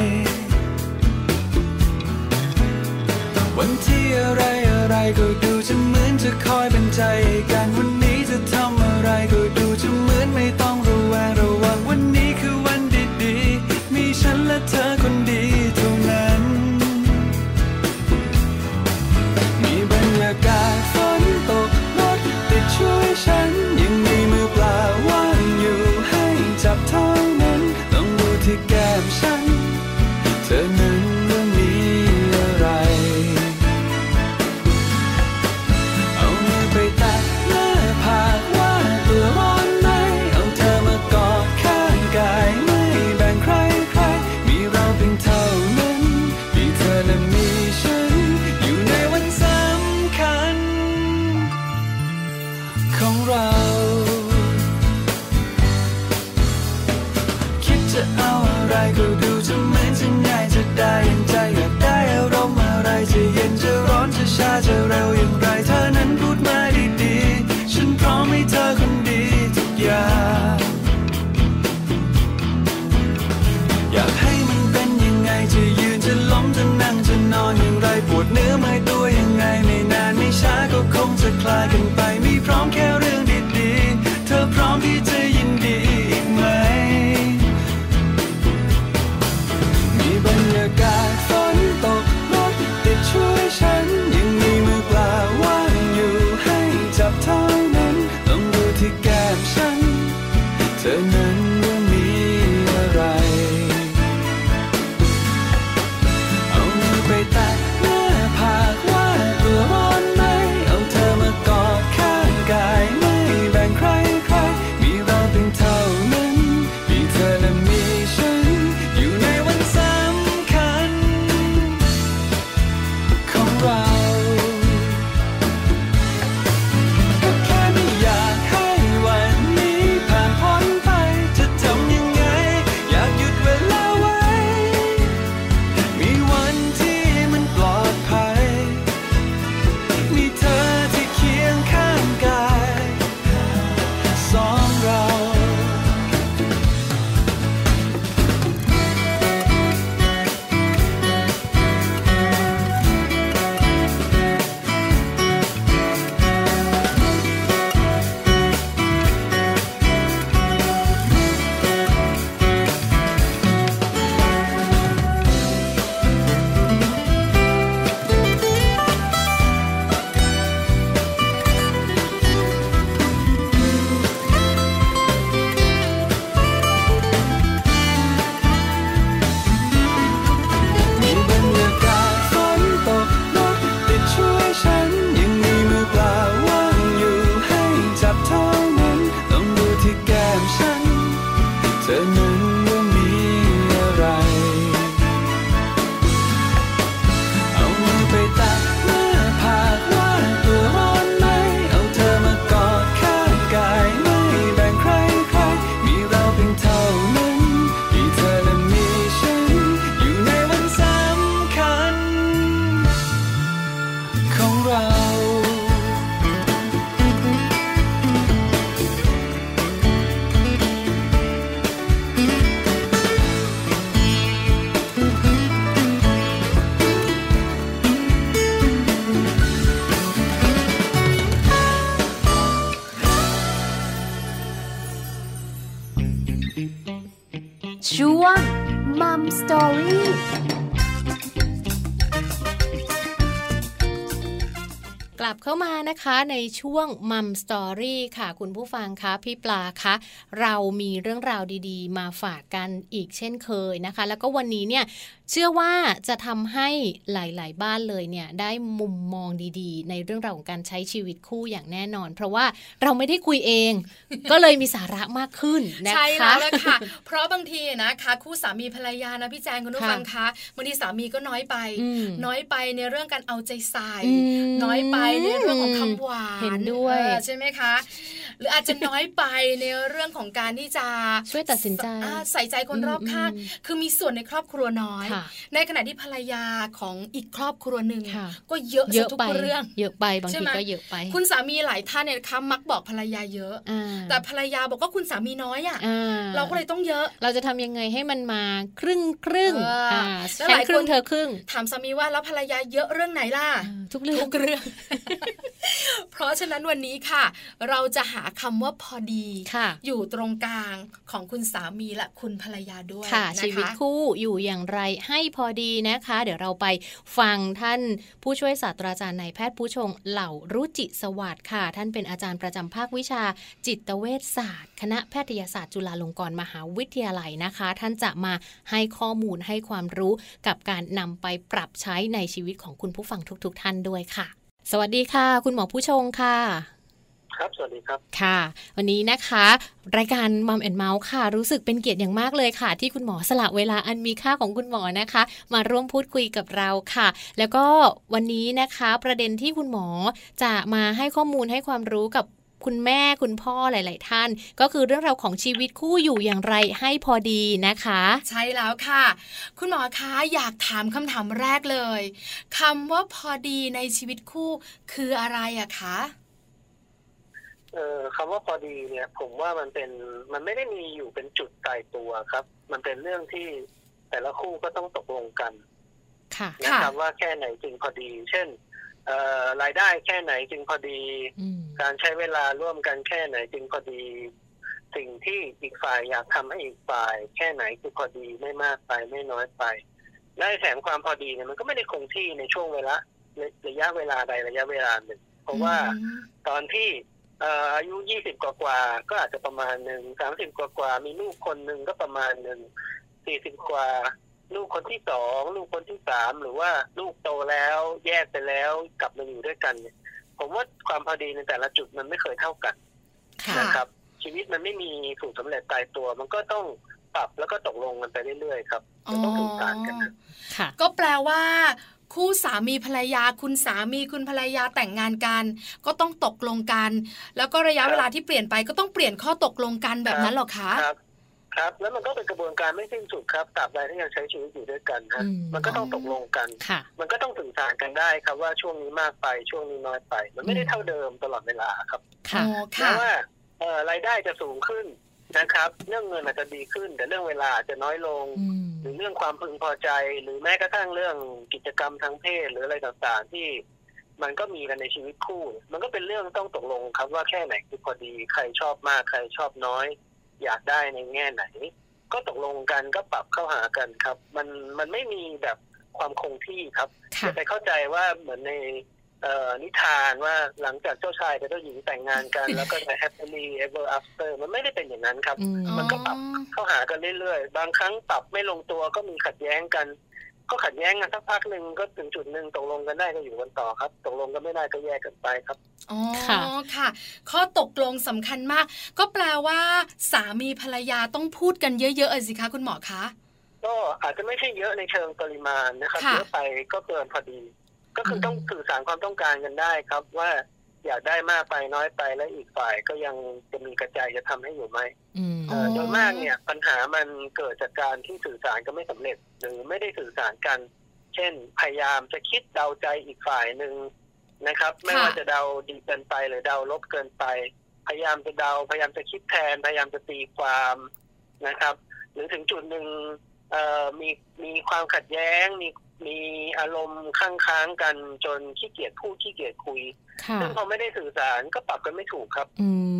วันที่อะไรอะไรก็ดูจะเหมือนจะคอยเป็นใจกันวันนี้จะทำอะไรก็ดูจะเหมือนไม่ต้องระแวงระวังวันนี้คือวันดีๆมีฉันและเธอคนดีเท่านั้นอากาศฝนตกรถติดช่วยฉันยังมีมือเปล่าว่างอยู่ให้จับเท่านั้นต้องดูที่แก้มฉันเธอนั้นว่ามีอะไรเอามือไปแตะหน้าผากว่าตัวร้อนไหมเอาเธอมากอดข้างกายไม่แบ่งใครใครมีเราเพียงเท่านั้นมีเธอและมีฉันอยู่ในวันของเราคิดจะเอาอะไรก็ดูจะเหมือนจะง่ายจะได้อย่างใจอยากได้อารมณ์อะไรจะเย็นจะร้อนจะช้าจะเร็วอย่างไรเธอนั้นพูดมาดีๆฉันพร้อมให้เธอคนดีทุกอย่างอยากให้มันเป็นยังไงจะยืนจะล้มจะนั่งจะนอนอย่างไรปวดเนื้อเมื่อยตัวยังไงไม่นานไม่ช้าก็คงจะคลายกันไปมีพร้อมแค่เรื่องดีๆเธอพร้อมที่จะยินดีอีกไหมมีบรรยากาศฝนตกรถติดช่วยฉันยังมีมือเปล่าว่างอยู่ให้จับเท่านั้นต้องดูที่แก้มฉันเธอนั้นว่ามีอะไรเอามือไปแตะหน้าผากว่าตัวร้อนไหมเอาเธอมากอดข้ลับเข้ามานะคะในช่วงมัมสตอรี่ค่ะคุณผู้ฟังคะพี่ปลาคะเรามีเรื่องราวดีๆมาฝากกันอีกเช่นเคยนะคะแล้วก็วันนี้เนี่ยเชื่อว่าจะทำให้หลายๆบ้านเลยเนี่ยได้มุมมองดีๆในเรื่องราวของการใช้ชีวิตคู่อย่างแน่นอนเพราะว่าเราไม่ได้คุยเอง ก็เลยมีสาระมากขึ้นนะคะใช่แล้วล่ะค่ะ เพราะบางทีนะคะคู่สามีภรรยานะพี่แจงคุณผู้ฟังคะบางทีสามีก็น้อยไปน้อยไปในเรื่องการเอาใจใส่น้อยไปในเรื่องของคำหวานเห็นด้วยใช่ไหมคะหรืออาจจะน้อยไปในเรื่องของการที่จะช่วยตัดสินใจใส่ใจคนรอบข้างคือมีส่วนในครอบครัวน้อยในขณะที่ภรรยาของอีกครอบครัวหนึ่งก็เยอะซะทุกเรื่องเยอะไปบางทีก็เยอะไปคุณสามีหลายท่านเนี่ยคะมักบอกภรรยาเยอะแต่ภรรยาบอกว่าคุณสามีน้อยอ่ะเราก็เลยต้องเยอะเราจะทำยังไงให้มันมาครึ่งครึ่งแล้วหลายคนเธอครึ่งถามสามีว่าแล้วภรรยาเยอะเรื่องไหนล่ะทุกเรื่องทุกเรื่อง เพราะฉะนั้นวันนี้ค่ะเราจะหาคำว่าพอดีอยู่ตรงกลางของคุณสามีและคุณภรรยาด้วยนะคะชีวิตคู่อยู่อย่างไรให้พอดีนะคะเดี๋ยวเราไปฟังท่านผู้ช่วยศาสตราจารย์นายแพทย์ผู้ชงเหล่ารุจิสวัสดิ์ค่ะท่านเป็นอาจารย์ประจำภาควิชาจิตเวชศาสตร์คณะแพทยศาสตร์จุฬาลงกรณ์มหาวิทยาลัยนะคะท่านจะมาให้ข้อมูลให้ความรู้กับการนำไปปรับใช้ในชีวิตของคุณผู้ฟังทุกๆท่านด้วยค่ะสวัสดีค่ะคุณหมอผู้ชงค่ะครับสวัสดีครับค่ะวันนี้นะคะรายการมัมแอนด์เมาส์ค่ะรู้สึกเป็นเกียรติอย่างมากเลยค่ะที่คุณหมอสละเวลาอันมีค่าของคุณหมอนะคะมาร่วมพูดคุยกับเราค่ะแล้วก็วันนี้นะคะประเด็นที่คุณหมอจะมาให้ข้อมูลให้ความรู้กับคุณแม่คุณพ่อหลายๆท่านก็คือเรื่องราวของชีวิตคู่อยู่อย่างไรให้พอดีนะคะใช่แล้วค่ะคุณหมอคะอยากถามคำถามแรกเลยคำว่าพอดีในชีวิตคู่คืออะไรอะคะเอ่อคำว่าพอดีเนี่ยผมว่ามันเป็นมันไม่ได้มีอยู่เป็นจุดตายตัวครับมันเป็นเรื่องที่แต่ละคู่ก็ต้องตกลงกันนะครับว่าแค่ไหนจึงพอดีเช่นเอ่อรายได้แค่ไหนจึงพอดีการใช้เวลาร่วมกันแค่ไหนจึงพอดีสิ่งที่อีกฝ่ายอยากทำให้อีกฝ่ายแค่ไหนคือพอดีไม่มากไปไม่น้อยไปและแถมความพอดีเนี่ยมันก็ไม่ได้คงที่ในช่วงเวลาระยะเวลาใดระยะเวลาหนึ่งเพราะว่าตอนที่อายุยี่สิบกว่าๆก็อาจจะประมาณหนึ่งสามสิบกว่าๆมีลูกคนหนึ่งก็ประมาณหนึ่งสี่สิบกว่าลูกคนที่สองลูกคนที่สามหรือว่าลูกโตแล้วแยกไปแล้วกลับมาอยู่ด้วยกันเนี่ยผมว่าความพอดีในแต่ละจุดมันไม่เคยเท่ากันนะครับชีวิตมันไม่มีสูตรสำเร็จตายตัวมันก็ต้องปรับแล้วก็ตกลงกันไปเรื่อยๆครับต้องสื่อสารกันนะก็แปลว่าคู่สามีภรรยาคุณสามีคุณภรรยาแต่งงานกันก็ต้องตกลงกันแล้วก็ระยะเวลาที่เปลี่ยนไปก็ต้องเปลี่ยนข้อตกลงกันแบบนั้นหรอคะครับครับแล้วมันก็เป็นกระบวนการไม่สิ้นสุดครับตราบใดที่ยังใช้ชีวิตอยู่ด้วยกันฮะมันก็ต้องตกลงกันมันก็ต้องสื่อสารกันได้ครับว่าช่วงนี้มากไปช่วงนี้น้อยไปมันไม่ได้เท่าเดิมตลอดเวลาครับแม้ว่ารายได้จะสูงขึ้นนะครับเรื่องเงินอาจจะดีขึ้นแต่เรื่องเวลาจะน้อยลงหรือเรื่องความพึงพอใจหรือแม้กระทั่งเรื่องกิจกรรมทางเพศหรืออะไรต่างๆที่มันก็มีกันในชีวิตคู่มันก็เป็นเรื่องต้องตกลงครับว่าแค่ไหนคือพอดีใครชอบมากใครชอบน้อยอยากได้ในแง่ไหนก็ตกลงกันก็ปรับเข้าหากันครับมันมันไม่มีแบบความคงที่ครับจะไปเข้าใจว่าเหมือนในนิทานว่าหลังจากเจ้าชายกับเจ้าหญิงแต่งงานกันแล้วก็จะ happily ever after มันไม่ได้เป็นอย่างนั้นครับมันก็ปรับเข้าหากันเรื่อยๆบางครั้งปรับไม่ลงตัวก็มีขัดแย้งกันก็ขัดแย้งกันสักพักหนึ่งก็ถึงจุดหนึ่งตกลงกันได้ก็อยู่กันต่อครับตกลงกันไม่ได้ก็แยกกันไปครับอ๋อค่ะข้อตกลงสำคัญมากก็แปลว่าสามีภรรยาต้องพูดกันเยอะๆเลยสิคะคุณหมอคะก็อาจจะไม่ใช่เยอะในเชิงปริมาณนะครับเยอะไปก็เกินพอดีก็คือต้องสื่อสารความต้องการกันได้ครับว่าอยากได้มากไปน้อยไปและอีกฝ่ายก็ยังจะมีกระจายจะทำให้อยู่ไหมโดยมากเนี่ยปัญหามันเกิดจากการที่สื่อสารก็ไม่สำเร็จหรือไม่ได้สื่อสารกันเช่นพยายามจะคิดเดาใจอีกฝ่ายหนึ่งนะครับไม่ว่าจะเดาดีเกินไปหรือเดาลบเกินไปพยายามจะเดาพยายามจะคิดแทนพยายามจะตีความนะครับหรือถึงจุดหนึ่งมีมีความขัดแย้งมีมีอารมณ์ค้างๆกันจนขี้เกียจพูดขี้เกียจคุยซึ่งพอไม่ได้สื่อสารก็ปรับกันไม่ถูกครับอืม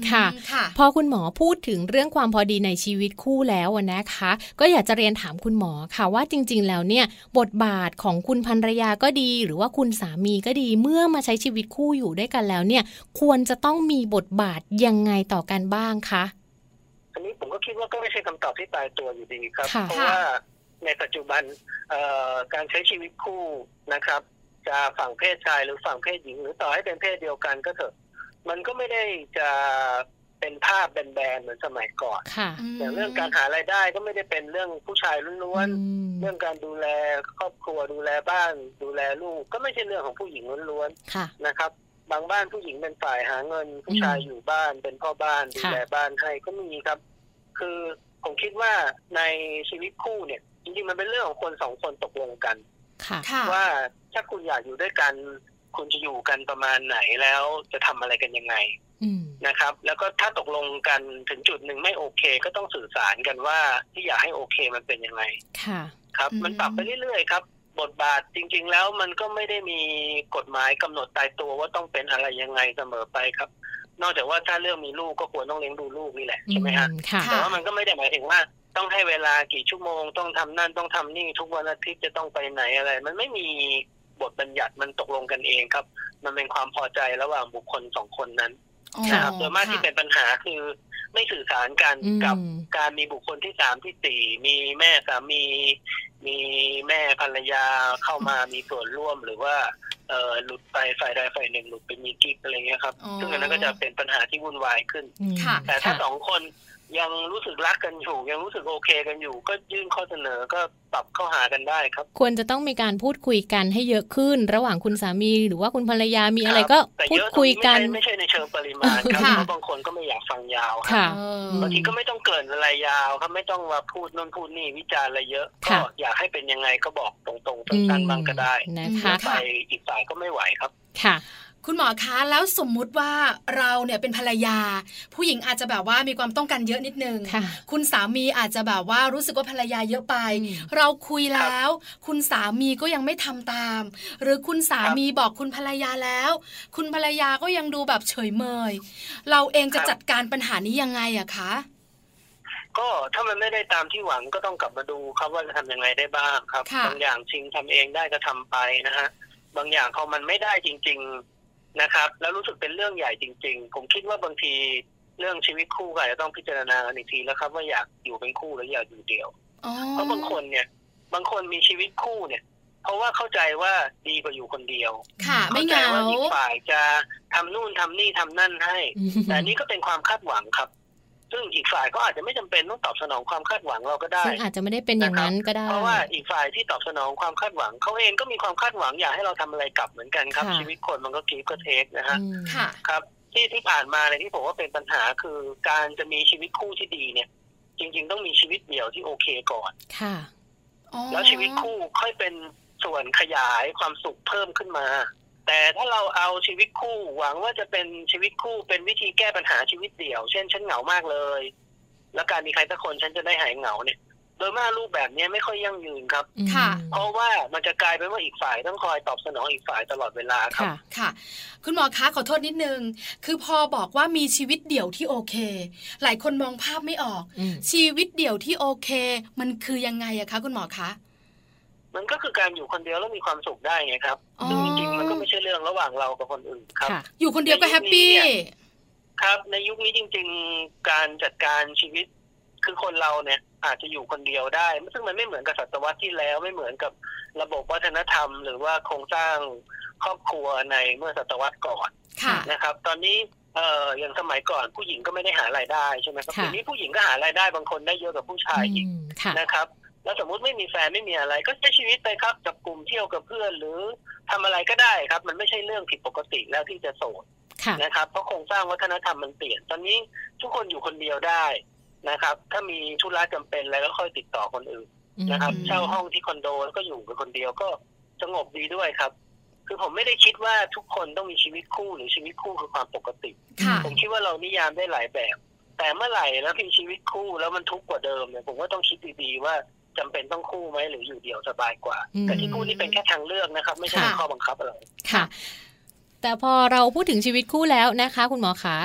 ค่ะพอคุณหมอพูดถึงเรื่องความพอดีในชีวิตคู่แล้วนะคะก็อยากจะเรียนถามคุณหมอค่ะว่าจริงๆแล้วเนี่ยบทบาทของคุณภรรยาก็ดีหรือว่าคุณสามีก็ดีเมื่อมาใช้ชีวิตคู่อยู่ด้วยกันแล้วเนี่ยควรจะต้องมีบทบาทยังไงต่อกันบ้างคะอันนี้ผมก็คิดว่าก็ไม่ใช่คำตอบที่ตายตัวอยู่ดีครับเพราะว่าในปัจจุบันการใช้ชีวิตคู่นะครับจะฝั่งเพศชายหรือฝั่งเพศหญิงหรือต่อให้เป็นเพศเดียวกันก็เถอะมันก็ไม่ได้จะเป็นภาพแบนๆเหมือนสมัยก่อนอย่างเรื่องการหารายได้ก็ไม่ได้เป็นเรื่องผู้ชายล้วนๆเรื่องการดูแลครอบครัวดูแลบ้านดูแลลูกก็ไม่ใช่เรื่องของผู้หญิงล้วนๆนะครับบางบ้านผู้หญิงเป็นฝ่ายหาเงินผู้ชายอยู่บ้านเป็นพ่อบ้านดูแลบ้านให้ก็มีครับคือผมคิดว่าในชีวิตคู่เนี่ยจริงๆมันเป็นเรื่องของคนสองคนตกลงกันว่าถ้าคุณอยากอยู่ด้วยกันคุณจะอยู่กันประมาณไหนแล้วจะทำอะไรกันยังไงนะครับแล้วก็ถ้าตกลงกันถึงจุดหนึ่งไม่โอเคก็ต้องสื่อสารกันว่าที่อยากให้โอเคมันเป็นยังไงครับมันปรับไปเรื่อยๆครับบทบาทจริงๆแล้วมันก็ไม่ได้มีกฎหมายกำหนดตายตัวว่าต้องเป็นอะไรยังไงเสมอไปครับนอกจากว่าถ้าเรื่องมีลูกก็ควรต้องเลี้ยงดูลูกนี่แหละใช่ไหมฮะแต่ว่ามันก็ไม่ได้หมายถึงว่าต้องให้เวลากี่ชั่วโมงต้องทำนั่นต้องทำนี่ทุกวันอาทิตย์จะต้องไปไหนอะไรมันไม่มีบทบัญญัติมันตกลงกันเองครับมันเป็นความพอใจระหว่างบุคคลสองคนนั้นนะครับโดยมากที่เป็นปัญหาคือไม่สื่อสารกันกับการมีบุคคลที่สามที่สี่มีแม่สามีมีแม่ภรรยาเข้ามามีส่วนร่วมหรือว่าเอ่อหลุดไปฝ่ายใดฝ่ายหนึ่งหลุดไปมีกิ๊กอะไรเงี้ยครับซึ่งอันนั้นก็จะเป็นปัญหาที่วุ่นวายขึ้นแต่ถ้าสองคนยังรู้สึกรักกันอยู่ยังรู้สึกโอเคกันอยู่ก็ยื่นข้อเสนอก็ปรับเข้าหากันได้ครับควรจะต้องมีการพูดคุยกันให้เยอะขึ้นระหว่างคุณสามีหรือว่าคุณภรรยามีอะไรก็พูดคุยกันไม่ใช่ในเชิงปริมาณครับเพราะบางคนก็ไม่อยากฟังยาวครับบางทีก็ไม่ต้องเกริ่นอะไรยาวครับไม่ต้องมาพูดนู่นพูดนี่วิจารณ์อะไรเยอะก็อยากให้เป็นยังไงก็บอกตรงๆสั้นๆบ้างก็ได้นะคะไปอีกฝ่ายก็ไม่ไหวครับค่ะคุณหมอคะแล้วสมมุติว่าเราเนี่ยเป็นภรรยาผู้หญิงอาจจะแบบว่ามีความต้องการเยอะนิดนึงคุณสามีอาจจะแบบว่ารู้สึกว่าภรรยาเยอะไปเราคุยแล้วคุณสามีก็ยังไม่ทำตามหรือคุณสามีบอกคุณภรรยาแล้วคุณภรรยาก็ยังดูแบบเฉยเมยเราเองจะจัดการปัญหานี้ยังไงอะคะก็ถ้ามันไม่ได้ตามที่หวังก็ต้องกลับมาดูครับว่าจะทำยังไงได้บ้างครับบางอย่างชิงทำเองได้ก็ทำไปนะฮะบางอย่างพอมันไม่ได้จริงๆนะครับแล้วรู้สึกเป็นเรื่องใหญ่จริงๆผมคิดว่าบางทีเรื่องชีวิตคู่ก็อาจจะต้องพิจารณาอีกทีแล้วครับว่าอยากอยู่เป็นคู่หรืออยากอยู่เดี่ยวเพราะบางคนเนี่ยบางคนมีชีวิตคู่เนี่ยเพราะว่าเข้าใจว่าดีกว่าอยู่คนเดียวเข้าใจว่าอีกฝ่ายจะทำนู่นทำนี่ทำนั่นให้แต่นี่ก็เป็นความคาดหวังครับซึ่งอีกฝ่ายก็อาจจะไม่จำเป็นต้องตอบสนองความคาดหวังเราก็ได้ซึ่งอาจจะไม่ได้เป็นอย่างนั้นก็ได้เพราะว่าอีกฝ่ายที่ตอบสนองความคาดหวังเขาเองก็มีความคาดหวังอยากให้เราทำอะไรกลับเหมือนกันครับชีวิตคนมันก็กีฟก็เทคนะฮะครับที่ที่ผ่านมาในที่ผมว่าเป็นปัญหาคือการจะมีชีวิตคู่ที่ดีเนี่ยจริงๆต้องมีชีวิตเดี่ยวที่โอเคก่อนค่ะแล้วชีวิตคู่ค่อยเป็นส่วนขยายความสุขเพิ่มขึ้นมาแต่ถ้าเราเอาชีวิตคู่หวังว่าจะเป็นชีวิตคู่เป็นวิธีแก้ปัญหาชีวิตเดี่ยวเช่นฉันเหงามากเลยแล้วการมีใครสักคนฉันจะได้หายเหงาเนี่ยโดยมากรูปแบบนี้ไม่ค่อยยั่งยืนครับค่ะเพราะว่ามันจะกลายเป็นว่าอีกฝ่ายต้องคอยตอบสนองอีกฝ่ายตลอดเวลาครับค่ะคุณหมอคะขอโทษนิดนึงคือพอบอกว่ามีชีวิตเดี่ยวที่โอเคหลายคนมองภาพไม่ออกชีวิตเดี่ยวที่โอเคมันคือยังไงอะคะคุณหมอคะมันก็คือการอยู่คนเดียวแล้วมีความสุขได้ไงครับซึ่งจริงๆมันก็ไม่ใช่เรื่องระหว่างเรากับคนอื่นครับอยู่คนเดียวก็แฮปปี้ครับในยุคนี้จริงๆการจัดการชีวิตคือคนเราเนี่ยอาจจะอยู่คนเดียวได้ซึ่งมันไม่เหมือนกับศตวรรษที่แล้วไม่เหมือนกับระบบวัฒนธรรมหรือว่าโครงสร้างครอบครัวในเมื่อศตวรรษก่อนนะครับตอนนี้เอ่ออย่างสมัยก่อนผู้หญิงก็ไม่ได้หารายได้ใช่ไหมครับทีนี้ผู้หญิงก็หารายได้บางคนได้เยอะกว่าผู้ชายอีกนะครับแล้วสมมุติไม่มีแฟนไม่มีอะไรก็ใช้ชีวิตไปครับจับกลุ่มเที่ยวกับเพื่อนหรือทำอะไรก็ได้ครับมันไม่ใช่เรื่องผิดปกติแล้วที่จะโสดนะครับเพราะโครงสร้างวัฒนธรรมมันเปลี่ยนตอนนี้ทุกคนอยู่คนเดียวได้นะครับถ้ามีธุระจำเป็นอะไรก็ค่อยติดต่อคนอื่นนะครับเช่าห้องที่คอนโดแล้วก็อยู่กับคนเดียวก็สงบดีด้วยครับคือผมไม่ได้คิดว่าทุกคนต้องมีชีวิตคู่หรือชีวิตคู่คือความปกติผมคิดว่าเรานิยามได้หลายแบบแต่เมื่อไหร่แล้วมีชีวิตคู่แล้วมันทุกข์กว่าเดิมเนี่ยผมก็ต้องคิดดีๆว่าจำเป็นต้องคู่ไหมหรืออยู่เดี่ยวสบายกว่าแต่ที่พูดนี่เป็นแค่ทางเลือกนะครับไม่ใช่ข้อบังคับอะไรค่ะแต่พอเราพูดถึงชีวิตคู่แล้วนะคะคุณหมอคะ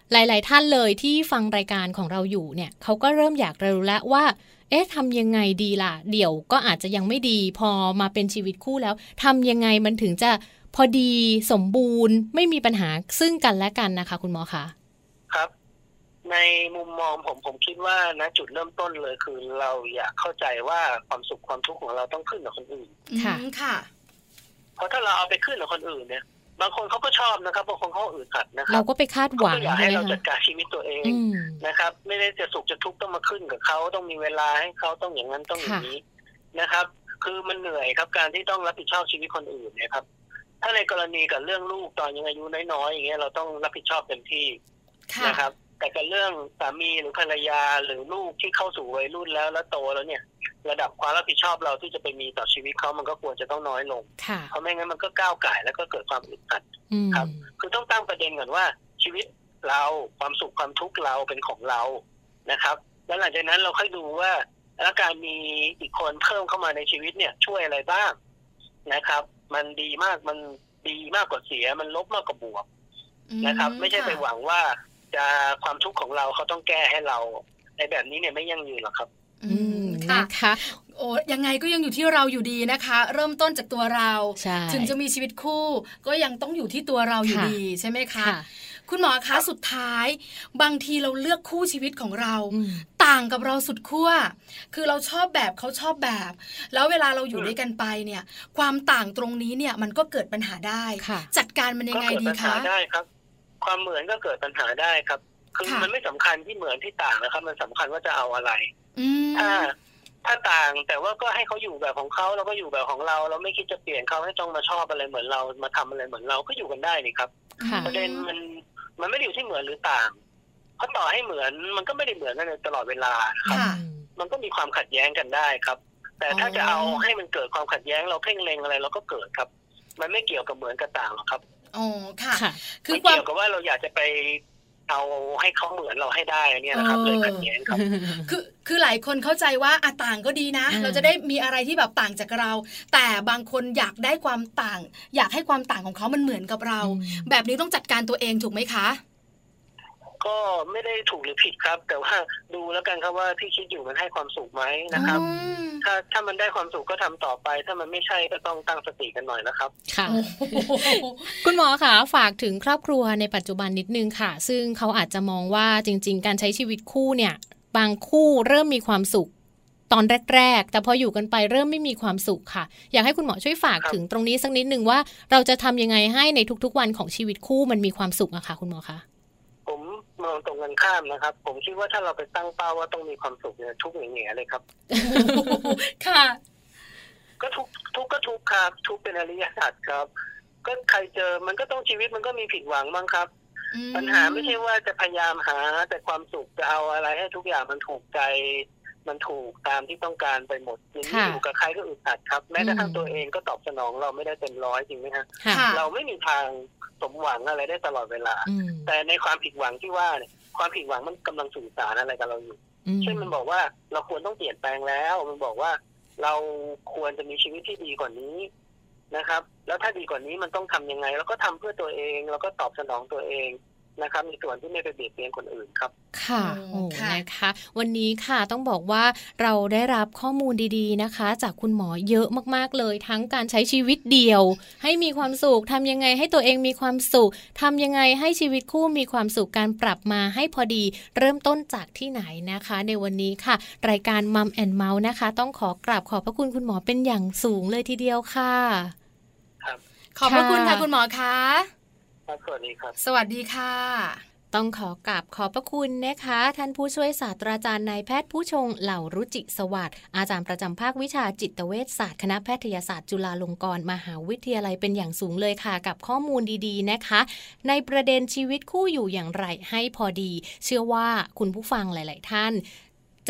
หลายๆท่านเลยที่ฟังรายการของเราอยู่เนี่ยเขาก็เริ่มอยากรู้แล้วว่าเอ๊ะทำยังไงดีล่ะเดี๋ยวก็อาจจะยังไม่ดีพอมาเป็นชีวิตคู่แล้วทำยังไงมันถึงจะพอดีสมบูรณ์ไม่มีปัญหาซึ่งกันและกันนะคะคุณหมอคะครับในมุมมองผมผมคิดว่านะจุดเริ่มต้นเลยคือเราอยากเข้าใจว่าความสุขความทุกข์ของเราต้องขึ้นกับคนอื่นค่ะค่ะเพราะถ้าเราเอาไปขึ้นกับคนอื่นเนี่ยบางคนเขาก็ชอบนะครับบางคนเขาอึดอัดนะครับเราก็ไปคาดหวังอยากให้เราจัดการชีวิตตัวเองนะครับไม่ได้จะสุขจะทุกข์ต้องมาขึ้นกับเขาต้องมีเวลาให้เขาต้องอย่างนั้นต้องอย่างนี้นะครับคือมันเหนื่อยครับการที่ต้องรับผิดชอบชีวิตคนอื่นเนี่ยครับถ้าในกรณีกับเรื่องลูกตอนยังอายุน้อยๆอย่างเงี้ยเราต้องรับผิดชอบเต็มที่นะครับแต่กับเรื่องสามีหรือภรรยาหรือลูกที่เข้าสู่วัยรุ่นแล้วแล้วโตแล้วเนี่ยระดับความรับผิดชอบเราที่จะไปมีต่อชีวิตเขามันก็ควรจะต้องน้อยลงเพราะไม่งั้นมันก็ก้าวก่ายแล้วก็เกิดความอึดอัดครับคือต้องตั้งประเด็นก่อนว่าชีวิตเราความสุขความทุกข์เราเป็นของเรานะครับแล้วหลังจากนั้นเราค่อยดูว่าแล้วการมีอีกคนเพิ่มเข้ามาในชีวิตเนี่ยช่วยอะไรบ้างนะครับมันดีมากมันดีมากกว่าเสียมันลบมากกว่าบวกนะครับไม่ใช่ไปหวังว่าจะความทุกข์ของเราเขาต้องแก้ให้เราในแบบนี้เนี่ยไม่ยั่งยืนหรอกครับอืมนะคะโอ้ยังไงก็ยังอยู่ที่เราอยู่ดีนะคะเริ่มต้นจากตัวเราถึงจะมีชีวิตคู่ก็ยังต้องอยู่ที่ตัวเราอยู่ดีใช่ไหมคะคุณหมอคะสุดท้ายบางทีเราเลือกคู่ชีวิตของเราต่างกับเราสุดขั้วคือเราชอบแบบเขาชอบแบบแล้วเวลาเราอยู่ด้วยกันไปเนี่ยความต่างตรงนี้เนี่ยมันก็เกิดปัญหาได้จัดการมันยังไงดีคะได้ครับความเหมือนก็เกิดปัญหาได้ครับคือมันไม่สำคัญที่เหมือนที่ต่างนะครับมันสำคัญว่าจะเอาอะไรถ้าถ้าต่างแต่ว่าก็ให้เขาอยู่แบบของเขาเราก็อยู่แบบของเราเราไม่คิดจะเปลี่ยนเขาให้ต้องมาชอบอะไรเหมือนเรามาทำอะไรเหมือนเราก็อยู่กันได้นี่ครับประเด็นมันมันไม่ได้อยู่ที่เหมือนหรือต่างเพราะต่อให้เหมือนมันก็ไม่ได้เหมือนกันตลอดเวลาครับมันก็มีความขัดแย้งกันได้ครับแต่ถ้าจะเอาให้มันเกิดความขัดแย้งเราเพ่งเล็งอะไรเราก็เกิดครับมันไม่เกี่ยวกับเหมือนกับต่างหรอกครับอ๋อค่ะคือไม่เกี่ยวกับว่าเราอยากจะไปเอาให้เขาเหมือนเราให้ได้เนี่ยนะครับเลยขัดแย้งครับคือคือหลายคนเข้าใจว่าอ่ะต่างก็ดีนะเราจะได้มีอะไรที่แบบต่างจากเราแต่บางคนอยากได้ความต่างอยากให้ความต่างของเขามันเหมือนกับเราแบบนี้ต้องจัดการตัวเองถูกไหมคะก็ไม่ได้ถูกหรือผิดครับแต่ว่าดูแล้วกันครับว่าที่คิดอยู่มันให้ความสุขไหมนะครับถ้าถ้ามันได้ความสุขก็ทำต่อไปถ้ามันไม่ใช่ก็ต้องตั้งสติกันหน่อยนะครับค่ะ คุณหมอคะฝากถึงครอบครัวในปัจจุบันนิดนึงค่ะซึ่งเขาอาจจะมองว่าจริงๆการใช้ชีวิตคู่เนี่ยบางคู่เริ่มมีความสุขตอนแรกๆแต่พออยู่กันไปเริ่มไม่มีความสุขค่ะอยากให้คุณหมอช่วยฝากถึงตรงนี้สักนิดนึงว่าเราจะทำยังไงให้ในทุกๆวันของชีวิตคู่มันมีความสุขอะค่ะคุณหมอคะผมมองตรงกันข้ามนะครับผมคิดว่าถ้าเราไปตั้งเป้าว่าต้องมีความสุขเนี่ยทุกอย่างเงี้ยเลยครับค่ะก็ทุกทุกก็ทุกครับทุกเป็นอริยสัจครับก็ใครเจอมันก็ต้องชีวิตมันก็มีผิดหวังบ้างครับปัญหาไม่ใช่ว่าจะพยายามหาแต่ความสุขจะเอาอะไรให้ทุกอย่างมันถูกใจมันถูกตามที่ต้องการไปหมดอย่างนี้อยู่กับใครก็อึดอัดครับแม้กระทั่งตัวเองก็ตอบสนองเราไม่ได้เต็มร้อยจริงไหมฮะเราไม่มีทางสมหวังอะไรได้ตลอดเวลาแต่ในความผิดหวังที่ว่าเนี่ยความผิดหวังมันกำลังสื่อสารอะไรกับเราอยู่เช่นมันบอกว่าเราควรต้องเปลี่ยนแปลงแล้วมันบอกว่าเราควรจะมีชีวิตที่ดีกว่านี้นะครับแล้วถ้าดีกว่านี้มันต้องทำยังไงแล้วก็ทำเพื่อตัวเองแล้วก็ตอบสนองตัวเองนะครับในส่วนที่ไม่ไปเบียดเบียนคนอื่นครับค่ะโอ้นะคะวันนี้ค่ะต้องบอกว่าเราได้รับข้อมูลดีๆนะคะจากคุณหมอเยอะมากๆเลยทั้งการใช้ชีวิตเดี่ยวให้มีความสุขทำยังไงให้ตัวเองมีความสุขทำยังไงให้ชีวิตคู่มีความสุขการปรับมาให้พอดีเริ่มต้นจากที่ไหนนะคะในวันนี้ค่ะรายการมัมแอนด์เมาส์นะคะต้องขอกราบขอบพระคุณคุณหมอเป็นอย่างสูงเลยทีเดียวค่ะครับขอบพระคุณค่ะคุณหมอคะสวัสดีครับสวัสดีค่ะต้องขอกราบขอบพระคุณนะคะท่านผู้ช่วยศาสตราจารย์นายแพทย์ผู้ชงเหล่ารุจิสวัสดิ์อาจารย์ประจำภาควิชาจิตเวชศาสตร์คณะแพทยศาสตร์จุฬาลงกรณ์มหาวิทยาลัยเป็นอย่างสูงเลยค่ะกับข้อมูลดีๆนะคะในประเด็นชีวิตคู่อยู่อย่างไรให้พอดีเชื่อว่าคุณผู้ฟังหลายๆท่าน